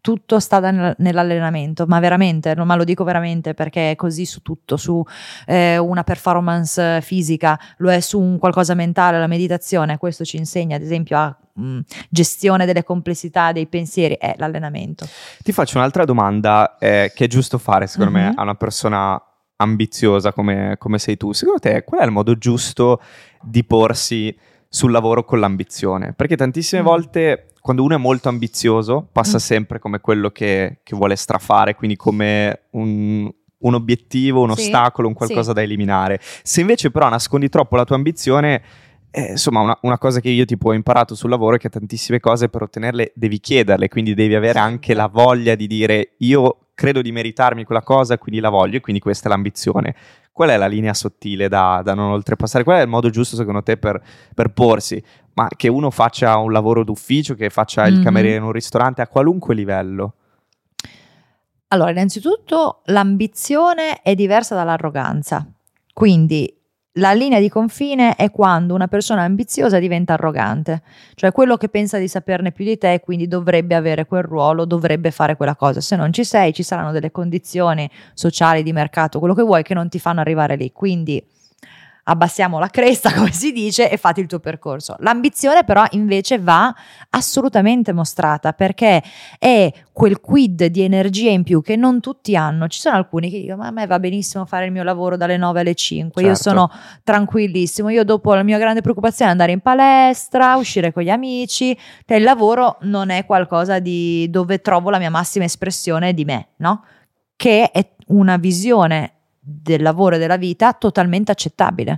tutto sta nell'allenamento, ma veramente, ma lo dico veramente, perché è così su tutto, su una performance fisica, lo è su un qualcosa mentale, la meditazione. Questo ci insegna ad esempio a gestione delle complessità dei pensieri, è l'allenamento. Ti faccio un'altra domanda che è giusto fare secondo me a una persona ambiziosa come sei tu. Secondo te qual è il modo giusto di porsi sul lavoro con l'ambizione? Perché tantissime volte quando uno è molto ambizioso passa sempre come quello che vuole strafare, quindi come un obiettivo, un ostacolo, un qualcosa da eliminare. Se invece però nascondi troppo la tua ambizione, insomma una cosa che io tipo ho imparato sul lavoro è che tantissime cose per ottenerle devi chiederle, quindi devi avere anche la voglia di dire io credo di meritarmi quella cosa, quindi la voglio, e quindi questa è l'ambizione. Qual è la linea sottile da non oltrepassare? Qual è il modo giusto secondo te per porsi? Ma che uno faccia un lavoro d'ufficio, che faccia il cameriere in un ristorante, a qualunque livello? Allora, innanzitutto l'ambizione è diversa dall'arroganza, quindi la linea di confine è quando una persona ambiziosa diventa arrogante, cioè quello che pensa di saperne più di te, quindi dovrebbe avere quel ruolo, dovrebbe fare quella cosa. Se non ci sei, ci saranno delle condizioni sociali, di mercato, quello che vuoi, che non ti fanno arrivare lì. Quindi abbassiamo la cresta, come si dice, e fate il tuo percorso. L'ambizione però invece va assolutamente mostrata, perché è quel quid di energia in più che non tutti hanno. Ci sono alcuni che dicono: ma a me va benissimo fare il mio lavoro dalle 9 alle 5, io sono tranquillissimo, io dopo la mia grande preoccupazione è andare in palestra, uscire con gli amici, che il lavoro non è qualcosa di dove trovo la mia massima espressione di me, no? Che è una visione del lavoro e della vita totalmente accettabile,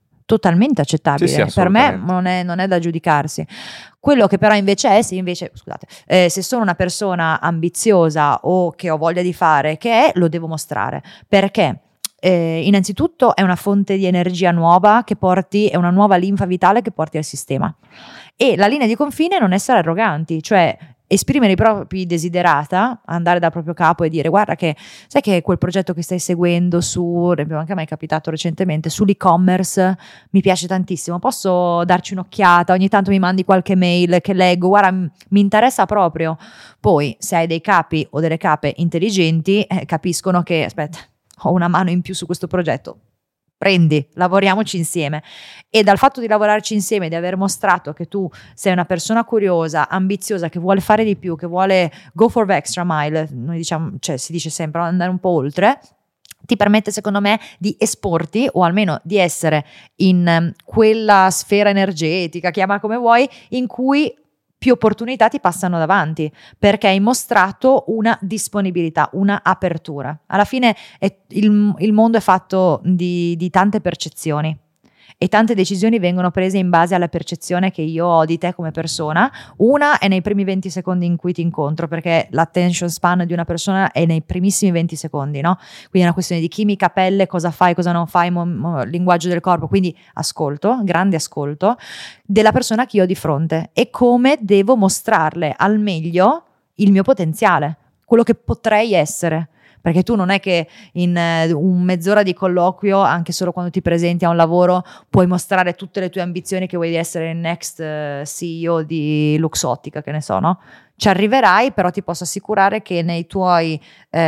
Sì, per me non è da giudicarsi. Quello che però invece è, se sono una persona ambiziosa o che ho voglia di fare, lo devo mostrare, perché innanzitutto è una fonte di energia nuova che porti, è una nuova linfa vitale che porti al sistema. E la linea di confine è non essere arroganti, cioè esprimere i propri desiderata, andare dal proprio capo e dire: guarda che sai che quel progetto che stai seguendo anche a me è capitato recentemente, sull'e-commerce mi piace tantissimo, posso darci un'occhiata, ogni tanto mi mandi qualche mail che leggo, guarda mi interessa proprio. Poi se hai dei capi o delle cape intelligenti capiscono che aspetta, ho una mano in più su questo progetto, prendi, lavoriamoci insieme. E dal fatto di lavorarci insieme, di aver mostrato che tu sei una persona curiosa, ambiziosa, che vuole fare di più, che vuole go for the extra mile, noi diciamo, cioè si dice sempre andare un po' oltre, ti permette secondo me di esporti, o almeno di essere in quella sfera energetica, chiama come vuoi, in cui più opportunità ti passano davanti, perché hai mostrato una disponibilità, una apertura. Alla fine il mondo è fatto di tante percezioni e tante decisioni vengono prese in base alla percezione che io ho di te come persona. Una è nei primi 20 secondi in cui ti incontro, perché l'attention span di una persona è nei primissimi 20 secondi, no? Quindi è una questione di chimica, pelle, cosa fai, cosa non fai, linguaggio del corpo, quindi ascolto, grande ascolto della persona che io ho di fronte e come devo mostrarle al meglio il mio potenziale, quello che potrei essere. Perché tu non è che in un mezz'ora di colloquio, anche solo quando ti presenti a un lavoro, puoi mostrare tutte le tue ambizioni, che vuoi essere il next CEO di Luxottica, che ne so, no? Ci arriverai, però ti posso assicurare che nei tuoi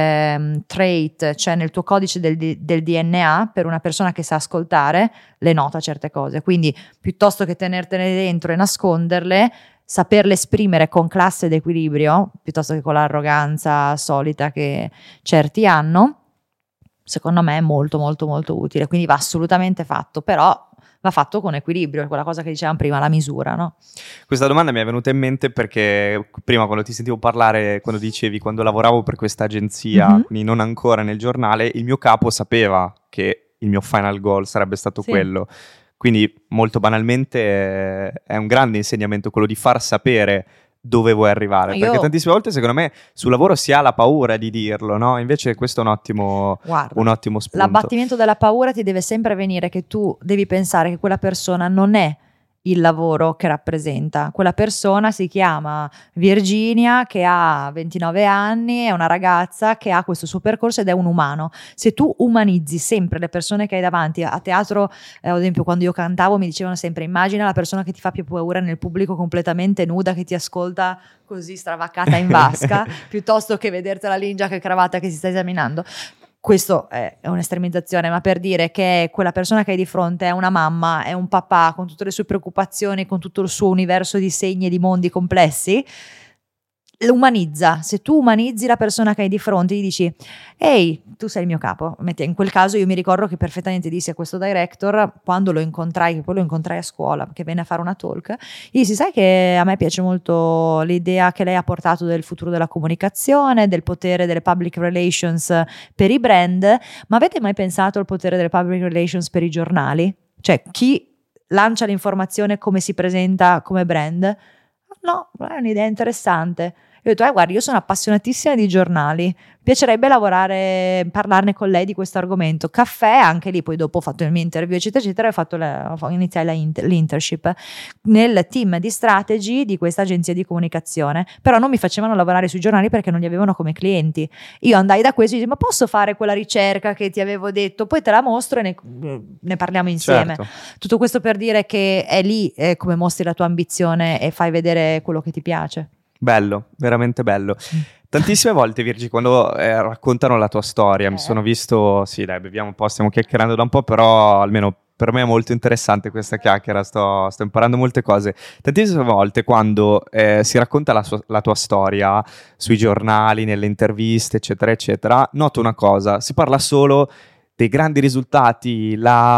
trait, cioè nel tuo codice del DNA, per una persona che sa ascoltare, le nota certe cose. Quindi piuttosto che tenertene dentro e nasconderle, saperle esprimere con classe ed equilibrio, piuttosto che con l'arroganza solita che certi hanno, secondo me è molto molto molto utile. Quindi va assolutamente fatto, però va fatto con equilibrio, quella cosa che dicevamo prima, la misura, no? Questa domanda mi è venuta in mente perché prima, quando ti sentivo parlare, quando dicevi quando lavoravo per questa agenzia, quindi non ancora nel giornale, il mio capo sapeva che il mio final goal sarebbe stato quello. Quindi molto banalmente è un grande insegnamento quello di far sapere dove vuoi arrivare, perché tantissime volte secondo me sul lavoro si ha la paura di dirlo, no? Invece questo è un ottimo spunto. L'abbattimento della paura ti deve sempre venire che tu devi pensare che quella persona non è il lavoro che rappresenta. Quella persona si chiama Virginia, che ha 29 anni, è una ragazza che ha questo suo percorso ed è un umano. Se tu umanizzi sempre le persone che hai davanti, a teatro, ad esempio quando io cantavo mi dicevano sempre: immagina la persona che ti fa più paura nel pubblico completamente nuda, che ti ascolta così stravaccata in vasca, piuttosto che vedertela lì in giacca e cravatta che si sta esaminando. Questo è un'estremizzazione, ma per dire che quella persona che hai di fronte è una mamma, è un papà con tutte le sue preoccupazioni, con tutto il suo universo di segni e di mondi complessi, umanizza. Se tu umanizzi la persona che hai di fronte, gli dici: ehi, tu sei il mio capo. In quel caso io mi ricordo che perfettamente dissi a questo director, quando lo incontrai, che poi lo incontrai a scuola, che venne a fare una talk, gli dissi: sai che a me piace molto l'idea che lei ha portato del futuro della comunicazione, del potere delle public relations per i brand, ma avete mai pensato al potere delle public relations per i giornali? Cioè, chi lancia l'informazione, come si presenta come brand? No, è un'idea interessante. Io ho detto: guardi, io sono appassionatissima di giornali, piacerebbe parlarne con lei di questo argomento. Caffè, anche lì, poi dopo ho fatto il mio interview eccetera eccetera, iniziai l'internship nel team di strategy di questa agenzia di comunicazione, però non mi facevano lavorare sui giornali perché non li avevano come clienti. Io andai da questo e dissi: ma posso fare quella ricerca che ti avevo detto, poi te la mostro e ne parliamo insieme. Certo. Tutto questo per dire che è lì come mostri la tua ambizione e fai vedere quello che ti piace. Bello, veramente bello. Tantissime volte, Virgi, quando raccontano la tua storia, mi sono visto, sì dai, beviamo un po', stiamo chiacchierando da un po', però almeno per me è molto interessante questa chiacchiera, sto imparando molte cose. Tantissime volte quando si racconta la tua storia sui giornali, nelle interviste, eccetera, eccetera, noto una cosa: si parla solo dei grandi risultati,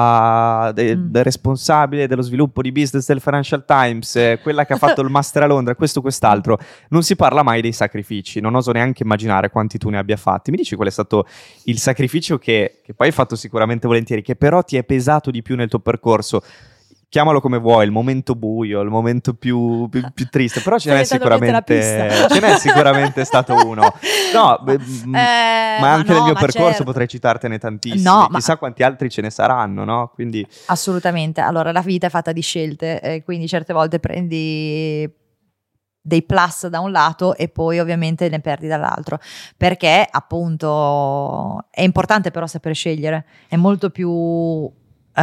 del responsabile dello sviluppo di business del Financial Times, quella che ha fatto il master a Londra, questo, quest'altro. Non si parla mai dei sacrifici, non oso neanche immaginare quanti tu ne abbia fatti. Mi dici qual è stato il sacrificio che poi hai fatto sicuramente volentieri, che però ti è pesato di più nel tuo percorso? Chiamalo come vuoi, il momento buio, il momento più triste, però ce n'è sicuramente stato uno. No, ma anche nel mio percorso certo. Potrei citartene tantissimi, chissà quanti altri ce ne saranno, no? Quindi assolutamente. Allora, la vita è fatta di scelte, quindi certe volte prendi dei plus da un lato e poi ovviamente ne perdi dall'altro, perché appunto è importante però saper scegliere. È molto più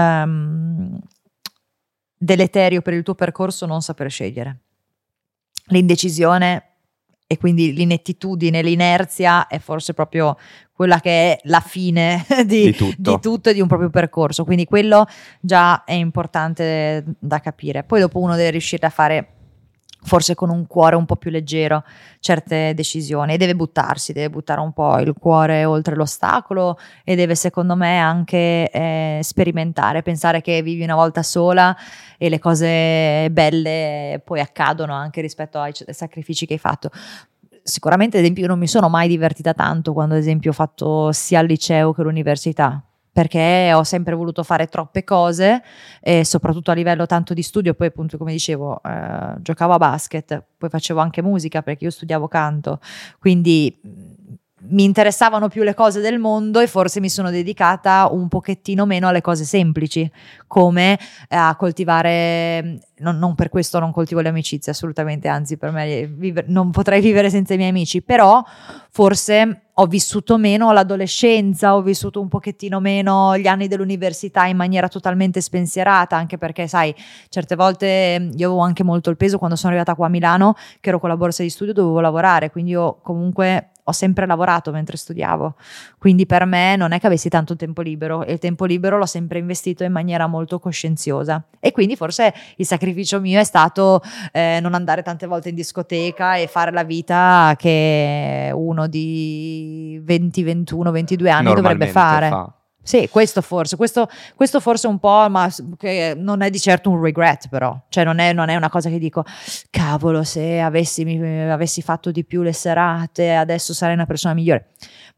deleterio per il tuo percorso non saper scegliere. L'indecisione e quindi l'inettitudine, l'inerzia è forse proprio quella che è la fine di tutto e di un proprio percorso, quindi quello già è importante da capire. Poi dopo uno deve riuscire a fare, forse con un cuore un po' più leggero, certe decisioni, e deve buttare un po' il cuore oltre l'ostacolo e deve, secondo me, anche sperimentare, pensare che vivi una volta sola e le cose belle poi accadono anche rispetto ai sacrifici che hai fatto. Sicuramente, ad esempio, io non mi sono mai divertita tanto quando, ad esempio, ho fatto sia il liceo che l'università, perché ho sempre voluto fare troppe cose, e soprattutto a livello tanto di studio. Poi appunto, come dicevo, giocavo a basket, poi facevo anche musica perché io studiavo canto, quindi mi interessavano più le cose del mondo e forse mi sono dedicata un pochettino meno alle cose semplici, come a coltivare, non per questo non coltivo le amicizie, assolutamente, anzi per me non potrei vivere senza i miei amici, però forse ho vissuto meno l'adolescenza, ho vissuto un pochettino meno gli anni dell'università in maniera totalmente spensierata, anche perché sai, certe volte io avevo anche molto il peso quando sono arrivata qua a Milano, che ero con la borsa di studio, dovevo lavorare, quindi io comunque ho sempre lavorato mentre studiavo, quindi per me non è che avessi tanto tempo libero, e il tempo libero l'ho sempre investito in maniera molto coscienziosa, e quindi forse il sacrificio mio è stato non andare tante volte in discoteca e fare la vita che uno di 20, 21, 22 anni dovrebbe fare. Sì, questo forse un po', ma che non è di certo un regret, però, cioè non è una cosa che dico cavolo, se avessi fatto di più le serate adesso sarei una persona migliore.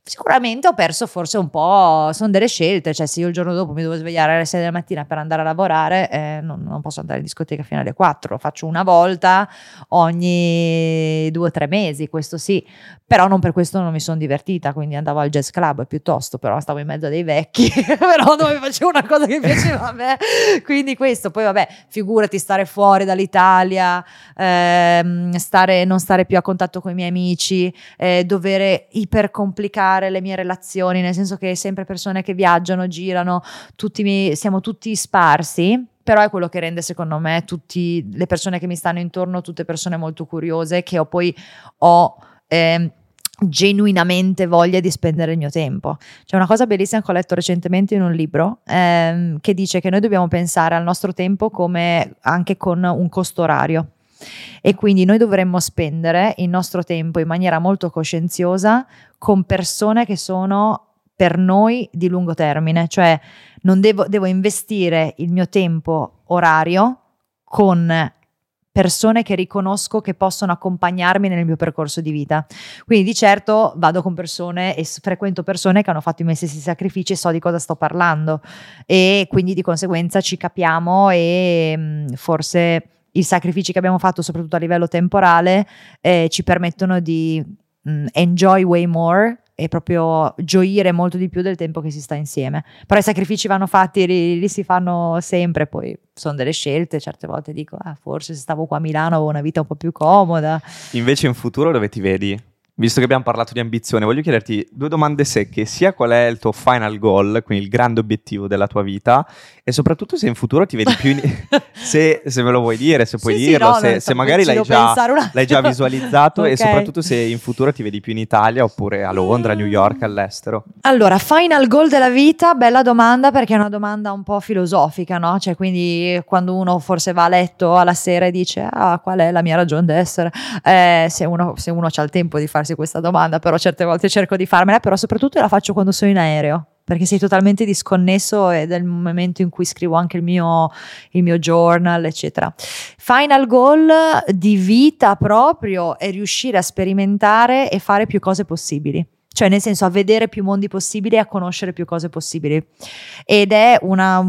Sicuramente ho perso forse un po', sono delle scelte, cioè se io il giorno dopo mi devo svegliare alle 6 della mattina per andare a lavorare, non posso andare in discoteca fino alle 4, lo faccio una volta ogni 2 o 3 mesi, questo sì, però non per questo non mi sono divertita, quindi andavo al jazz club piuttosto, però stavo in mezzo a dei vecchi, però dove facevo una cosa che piaceva a me, quindi questo, poi vabbè, figurati stare fuori dall'Italia, non stare più a contatto con i miei amici, dover ipercomplicare le mie relazioni, nel senso che sempre persone che viaggiano, girano, siamo tutti sparsi, però è quello che rende secondo me tutte le persone che mi stanno intorno, tutte persone molto curiose che ho genuinamente voglia di spendere il mio tempo. C'è una cosa bellissima che ho letto recentemente in un libro che dice che noi dobbiamo pensare al nostro tempo come anche con un costo orario. E quindi noi dovremmo spendere il nostro tempo in maniera molto coscienziosa con persone che sono per noi di lungo termine, cioè non devo investire il mio tempo orario con persone che riconosco che possono accompagnarmi nel mio percorso di vita. Quindi di certo vado con persone e frequento persone che hanno fatto i miei stessi sacrifici e so di cosa sto parlando, e quindi di conseguenza ci capiamo e forse i sacrifici che abbiamo fatto, soprattutto a livello temporale, ci permettono di enjoy way more e proprio gioire molto di più del tempo che si sta insieme. Però i sacrifici vanno fatti, li si fanno sempre, poi sono delle scelte, certe volte dico forse se stavo qua a Milano avevo una vita un po' più comoda. Invece in futuro dove ti vedi? Visto che abbiamo parlato di ambizione, voglio chiederti 2 domande secche, sia qual è il tuo final goal, quindi il grande obiettivo della tua vita, e soprattutto se in futuro ti vedi più se me lo vuoi dire, se puoi dirlo, se magari l'hai già visualizzato okay. E soprattutto se in futuro ti vedi più in Italia oppure a Londra, a New York, all'estero. Allora, final goal della vita, bella domanda, perché è una domanda un po' filosofica, no? Cioè, quindi quando uno forse va a letto alla sera e dice qual è la mia ragione d'essere, se uno c'ha il tempo di farsi questa domanda, però certe volte cerco di farmela, però soprattutto la faccio quando sono in aereo, perché sei totalmente disconnesso ed è il momento in cui scrivo anche il mio journal, eccetera. Final goal di vita proprio è riuscire a sperimentare e fare più cose possibili. Cioè nel senso a vedere più mondi possibili e a conoscere più cose possibili. Ed è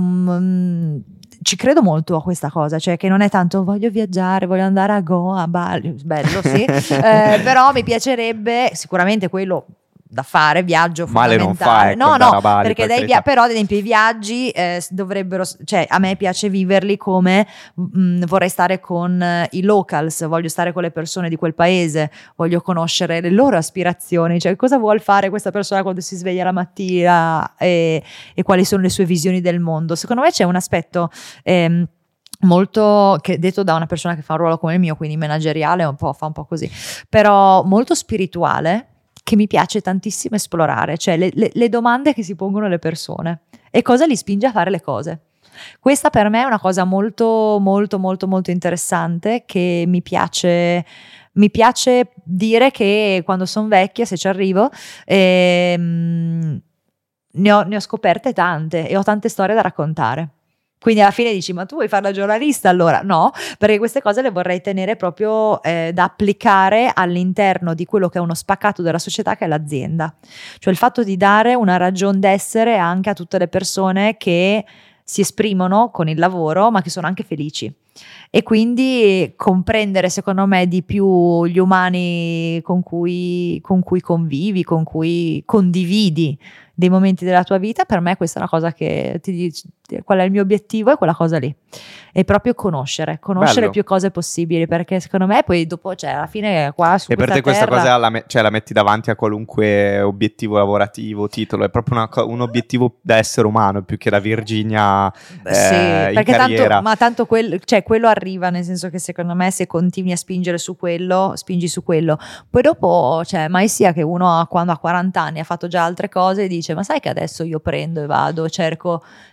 ci credo molto a questa cosa, cioè che non è tanto voglio viaggiare, voglio andare a Goa, Bali, bello sì, però mi piacerebbe sicuramente quello da fare, viaggio male fondamentale. Non fa, no, Bali, perché però ad esempio i viaggi dovrebbero, cioè a me piace viverli come vorrei stare con i locals, voglio stare con le persone di quel paese, voglio conoscere le loro aspirazioni, cioè cosa vuol fare questa persona quando si sveglia la mattina e quali sono le sue visioni del mondo. Secondo me c'è un aspetto molto, che detto da una persona che fa un ruolo come il mio, quindi manageriale, fa un po' così, però molto spirituale, che mi piace tantissimo esplorare, cioè le domande che si pongono le persone e cosa li spinge a fare le cose. Questa per me è una cosa molto molto molto molto interessante, che mi piace dire che quando sono vecchia, se ci arrivo, ne ho scoperte tante e ho tante storie da raccontare. Quindi alla fine dici, ma tu vuoi fare la giornalista? Allora no, perché queste cose le vorrei tenere proprio da applicare all'interno di quello che è uno spaccato della società, che è l'azienda. Cioè il fatto di dare una ragion d'essere anche a tutte le persone che si esprimono con il lavoro, ma che sono anche felici. E quindi comprendere, secondo me, di più gli umani con cui convivi, con cui condividi dei momenti della tua vita. Per me questa è una cosa che ti dice qual è il mio obiettivo, è quella cosa lì, è proprio conoscere Bello. più cose possibili, perché secondo me poi dopo, cioè alla fine qua su e per te questa questa terra, cosa la metti davanti a qualunque obiettivo lavorativo, titolo, è proprio un obiettivo da essere umano più che da Virginia sì, in perché carriera. tanto quello arriva, nel senso che secondo me se continui a spingere su quello, spingi su quello, poi dopo, cioè mai sia che uno quando ha 40 anni ha fatto già altre cose e dice ma sai che adesso io prendo e vado, cerco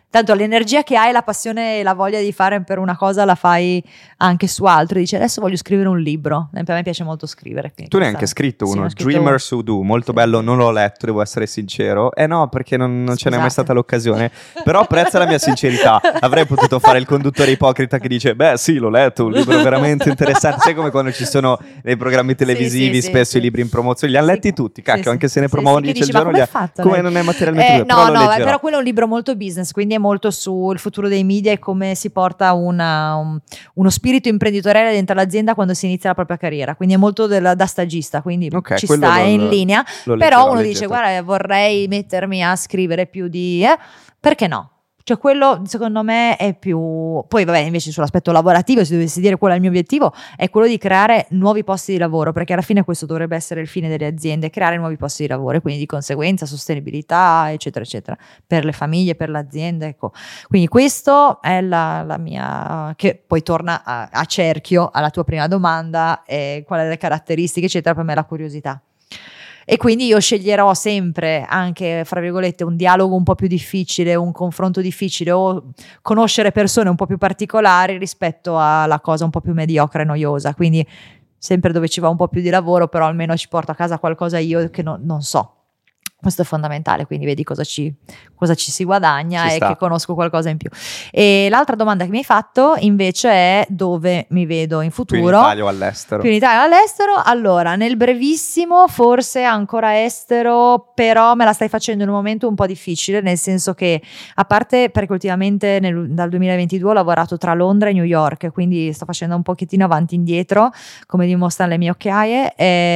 Tanto l'energia che hai, la passione e la voglia di fare per una cosa la fai anche su altro. Dici adesso voglio scrivere un libro. Per me piace molto scrivere. Tu ne hai anche scritto uno, Dreamers Who Do, molto bello, non l'ho letto, devo essere sincero. No, perché non ce n'è mai stata l'occasione. Però apprezza la mia sincerità. Avrei potuto fare il conduttore ipocrita che dice beh sì, l'ho letto, un libro veramente interessante. Sai come quando ci sono nei programmi televisivi spesso i libri in promozione, li hanno letti tutti, cacchio, anche se ne promuovono 10 al giorno. Come non è materialmente però quello è un libro molto business, quindi è molto sul futuro dei media e come si porta uno spirito imprenditoriale dentro l'azienda quando si inizia la propria carriera, quindi è molto da stagista, quindi ci sta, è in linea, però uno dice guarda vorrei mettermi a scrivere più di perché no? Cioè quello secondo me è più... Poi vabbè invece sull'aspetto lavorativo, se dovessi dire qual è il mio obiettivo, è quello di creare nuovi posti di lavoro, perché alla fine questo dovrebbe essere il fine delle aziende, creare nuovi posti di lavoro e quindi di conseguenza sostenibilità eccetera eccetera, per le famiglie, per l'azienda, ecco. Quindi questo è la mia... che poi torna a cerchio alla tua prima domanda, qual è le caratteristiche eccetera, per me la curiosità. E quindi io sceglierò sempre anche, fra virgolette, un dialogo un po' più difficile, un confronto difficile o conoscere persone un po' più particolari rispetto alla cosa un po' più mediocre e noiosa. Quindi sempre dove ci va un po' più di lavoro, però almeno ci porto a casa qualcosa io che non so. Questo è fondamentale, quindi vedi cosa ci si guadagna e che conosco qualcosa in più. E l'altra domanda che mi hai fatto invece è dove mi vedo in futuro. Più in Italia o all'estero? Più in Italia o all'estero. Allora, nel brevissimo forse ancora estero, però me la stai facendo in un momento un po' difficile, nel senso che a parte perché ultimamente dal 2022 ho lavorato tra Londra e New York, quindi sto facendo un pochettino avanti e indietro, come dimostrano le mie occhiaie,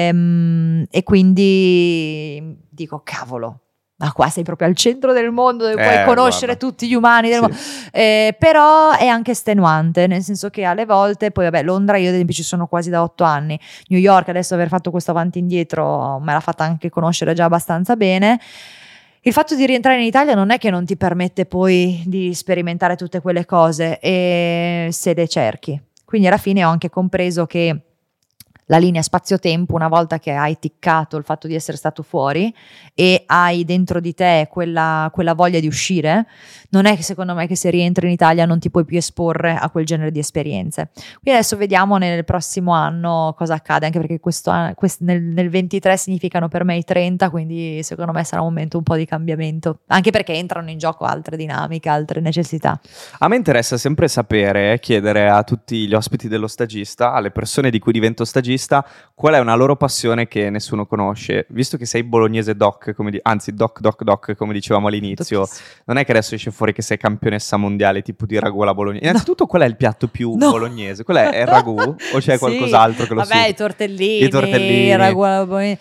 e quindi dico cavolo, ma qua sei proprio al centro del mondo dove puoi conoscere tutti gli umani del mondo. Però è anche estenuante, nel senso che alle volte poi vabbè Londra io ad esempio ci sono quasi da 8 anni, New York adesso aver fatto questo avanti e indietro me l'ha fatta anche conoscere già abbastanza bene. Il fatto di rientrare in Italia non è che non ti permette poi di sperimentare tutte quelle cose se le cerchi, quindi alla fine ho anche compreso che la linea spazio-tempo, una volta che hai ticcato il fatto di essere stato fuori e hai dentro di te quella voglia di uscire, non è che secondo me che se rientri in Italia non ti puoi più esporre a quel genere di esperienze. Quindi adesso vediamo nel prossimo anno cosa accade, anche perché nel 23 significano per me i 30, quindi secondo me sarà un momento un po' di cambiamento, anche perché entrano in gioco altre dinamiche, altre necessità. A me interessa sempre sapere, chiedere a tutti gli ospiti dello stagista, alle persone di cui divento stagista, qual è una loro passione che nessuno conosce. Visto che sei bolognese doc, anzi doc come dicevamo all'inizio, non è che adesso esce fuori che sei campionessa mondiale tipo di ragù alla bolognese. Innanzitutto qual è il piatto più bolognese? Qual è il ragù o c'è qualcos'altro che lo vabbè, i tortellini, il ragù alla bolognese.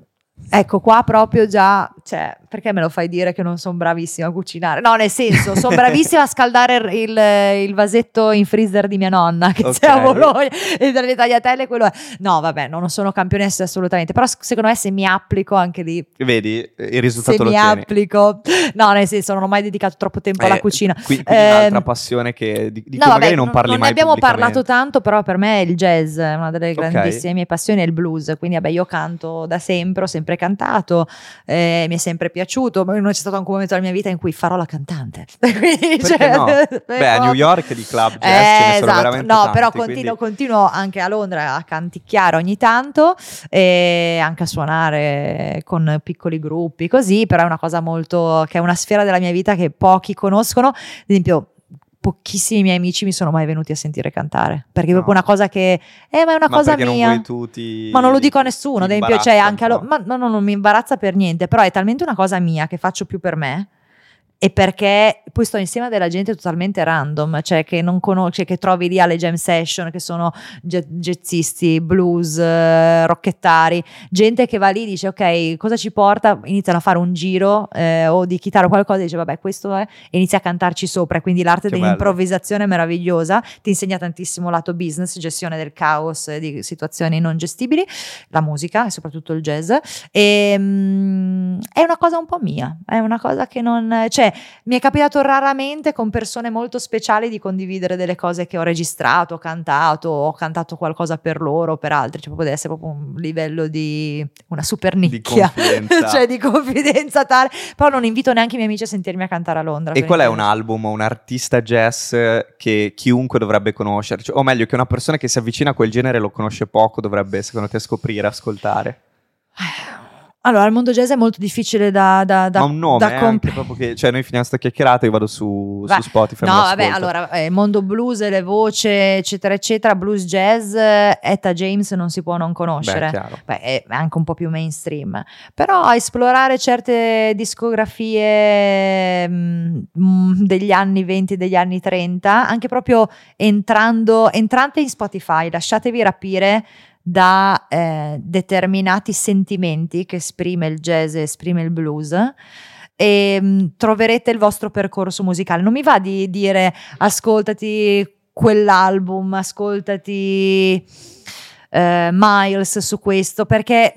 Ecco qua proprio già, cioè, perché me lo fai dire che non sono bravissima a cucinare? No, nel senso, sono bravissima a scaldare il vasetto in freezer di mia nonna che c'è a Bologna e dalle tagliatelle quello è. No, vabbè, non sono campionessa assolutamente, però secondo me se mi applico anche lì. Vedi, il risultato lo tieni. Se mi applico, no, nel senso, non ho mai dedicato troppo tempo alla cucina. Quindi un'altra passione di cui magari non parli mai. Non ne abbiamo parlato tanto, però per me il jazz è una delle grandissime mie passioni, è il blues, quindi vabbè, io canto da sempre, ho sempre cantato, mi è sempre piaciuto, ma non c'è stato anche un momento della mia vita in cui farò la cantante. Quindi, no? Beh, a New York di club jazz ce ne sono veramente tanti. Però continuo anche a Londra a canticchiare ogni tanto e anche a suonare con piccoli gruppi così, però è una cosa molto, che è una sfera della mia vita che pochi conoscono. Ad esempio pochissimi miei amici mi sono mai venuti a sentire cantare, perché è proprio una cosa che ma è una cosa mia, ma non lo dico a nessuno, ad esempio, cioè anche non mi imbarazza per niente, però è talmente una cosa mia che faccio più per me e perché poi sto insieme a della gente totalmente random, cioè che non conosci, che trovi lì alle jam session, che sono jazzisti, blues, rockettari, gente che va lì e dice ok, cosa ci porta? Iniziano a fare un giro o di chitarra o qualcosa e dice vabbè questo è, e inizia a cantarci sopra, quindi l'arte dell'improvvisazione è meravigliosa, ti insegna tantissimo lato business, gestione del caos, di situazioni non gestibili, la musica e soprattutto il jazz, e è una cosa un po' mia, è una cosa che non, cioè Cioè, mi è capitato raramente con persone molto speciali di condividere delle cose che ho registrato, ho cantato qualcosa per loro o per altri, cioè poteva essere proprio un livello di una super nicchia, di confidenza. cioè di confidenza tale, però non invito neanche i miei amici a sentirmi a cantare a Londra. E qual è un album o un artista jazz che chiunque dovrebbe conoscere? Cioè, o meglio, che una persona che si avvicina a quel genere lo conosce poco, dovrebbe secondo te scoprire, ascoltare? Allora, il mondo jazz è molto difficile Ma un nome anche proprio che, cioè noi finiamo sta chiacchierata, io vado su Spotify. No, vabbè, allora, il mondo blues, le voci, eccetera, eccetera, blues jazz, Etta James non si può non conoscere. Beh, è anche un po' più mainstream. Però esplorare certe discografie degli anni 20, degli anni 30, anche proprio entrante in Spotify, lasciatevi rapire da determinati sentimenti che esprime il jazz e esprime il blues, e troverete il vostro percorso musicale. Non mi va di dire ascoltati quell'album, ascoltati Miles su questo, perché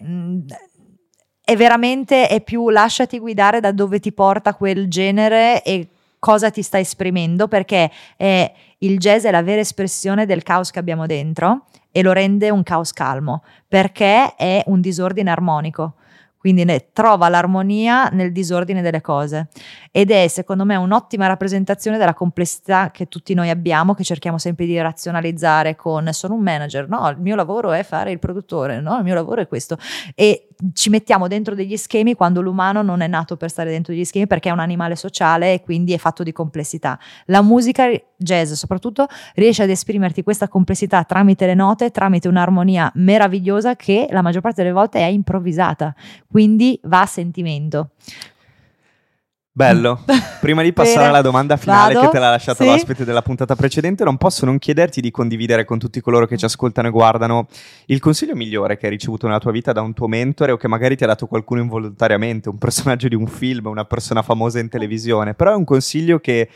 è più lasciati guidare da dove ti porta quel genere e cosa ti sta esprimendo, perché il jazz è la vera espressione del caos che abbiamo dentro e lo rende un caos calmo, perché è un disordine armonico, quindi trova l'armonia nel disordine delle cose, ed è secondo me un'ottima rappresentazione della complessità che tutti noi abbiamo, che cerchiamo sempre di razionalizzare con sono un manager, no, il mio lavoro è fare il produttore, no, il mio lavoro è questo, e ci mettiamo dentro degli schemi quando l'umano non è nato per stare dentro degli schemi, perché è un animale sociale e quindi è fatto di complessità. La musica jazz soprattutto riesce ad esprimerti questa complessità tramite le note, tramite un'armonia meravigliosa che la maggior parte delle volte è improvvisata, quindi va a sentimento. Bello. Prima di passare alla domanda finale, che te l'ha lasciata sì, l'ospite della puntata precedente, non posso non chiederti di condividere con tutti coloro che ci ascoltano e guardano il consiglio migliore che hai ricevuto nella tua vita da un tuo mentore, o che magari ti ha dato qualcuno involontariamente, un personaggio di un film, una persona famosa in televisione, però è un consiglio che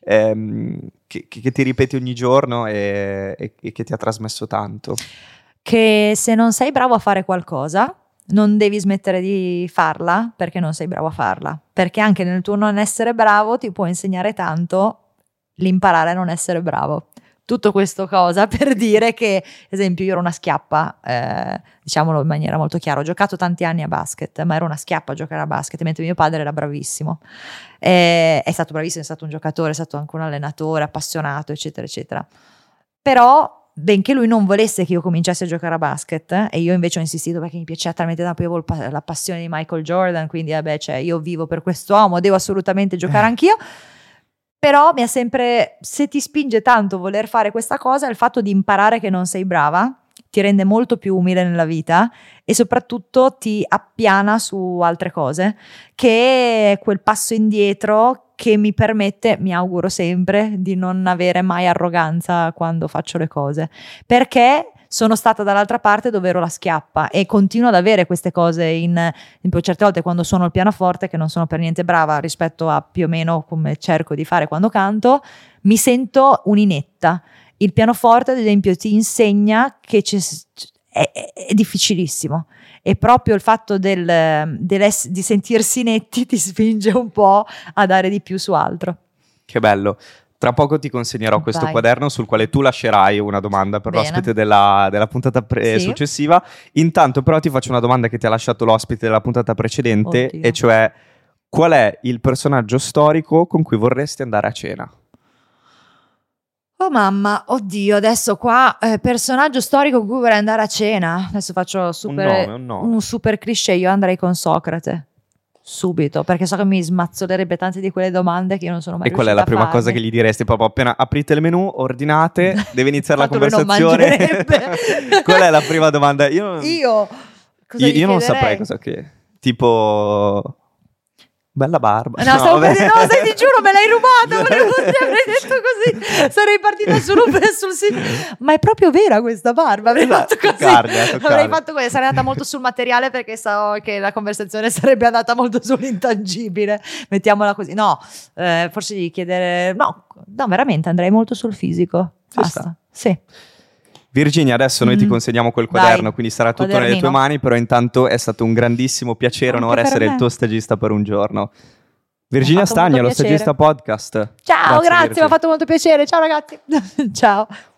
ti ripeti ogni giorno e che ti ha trasmesso tanto. Che se non sei bravo a fare qualcosa, non devi smettere di farla perché non sei bravo a farla, perché anche nel tuo non essere bravo ti può insegnare tanto l'imparare a non essere bravo. Tutto questo cosa per dire che, ad esempio, io ero una schiappa, diciamolo in maniera molto chiara, ho giocato tanti anni a basket, ma ero una schiappa a giocare a basket, mentre mio padre era bravissimo, è stato bravissimo, è stato un giocatore, è stato anche un allenatore appassionato, eccetera eccetera, però benché lui non volesse che io cominciassi a giocare a basket, e io invece ho insistito perché mi piaceva talmente tanto, io avevo la passione di Michael Jordan, quindi vabbè, cioè io vivo per quest'uomo, devo assolutamente giocare anch'io. Però mi ha sempre, se ti spinge tanto voler fare questa cosa, il fatto di imparare che non sei brava ti rende molto più umile nella vita e soprattutto ti appiana su altre cose, che è quel passo indietro che mi permette, mi auguro sempre, di non avere mai arroganza quando faccio le cose, perché sono stata dall'altra parte dove ero la schiappa e continuo ad avere queste cose certe volte quando suono il pianoforte, che non sono per niente brava rispetto a più o meno come cerco di fare quando canto, mi sento un'inetta. Il pianoforte, ad esempio, ti insegna che è difficilissimo, e proprio il fatto di sentirsi netti ti spinge un po' a dare di più su altro. Che bello. Tra poco ti consegnerò questo quaderno sul quale tu lascerai una domanda per l'ospite della puntata successiva. Intanto però ti faccio una domanda che ti ha lasciato l'ospite della puntata precedente. Oddio. E cioè, qual è il personaggio storico con cui vorresti andare a cena? Oh mamma, oddio, adesso qua personaggio storico con cui vorrei andare a cena. Adesso faccio un super cliché, io andrei con Socrate. Subito, perché so che mi smazzolerebbe tante di quelle domande che io non sono mai riuscita a farmi. E qual è la prima cosa che gli diresti? Proprio appena aprite il menù, ordinate, deve iniziare la conversazione. Qual è la prima domanda? Io non saprei cosa che. Tipo, bella barba. No, ti giuro, me l'hai rubata. Avrei detto così, sarei partita sul sito. Ma è proprio vera questa barba? Avrei fatto così. Avrei fatto così, sarei andata molto sul materiale, perché so che la conversazione sarebbe andata molto sull'intangibile. Mettiamola così. No, forse gli chiedere. No, veramente andrei molto sul fisico. Basta. Sì. Virginia, adesso noi ti consegniamo quel quaderno, quindi sarà tutto nelle tue mani, però intanto è stato un grandissimo piacere, onore essere il tuo stagista per un giorno. Virginia Stagna, lo stagista podcast. Ciao, grazie, mi ha fatto molto piacere. Ciao ragazzi. Ciao.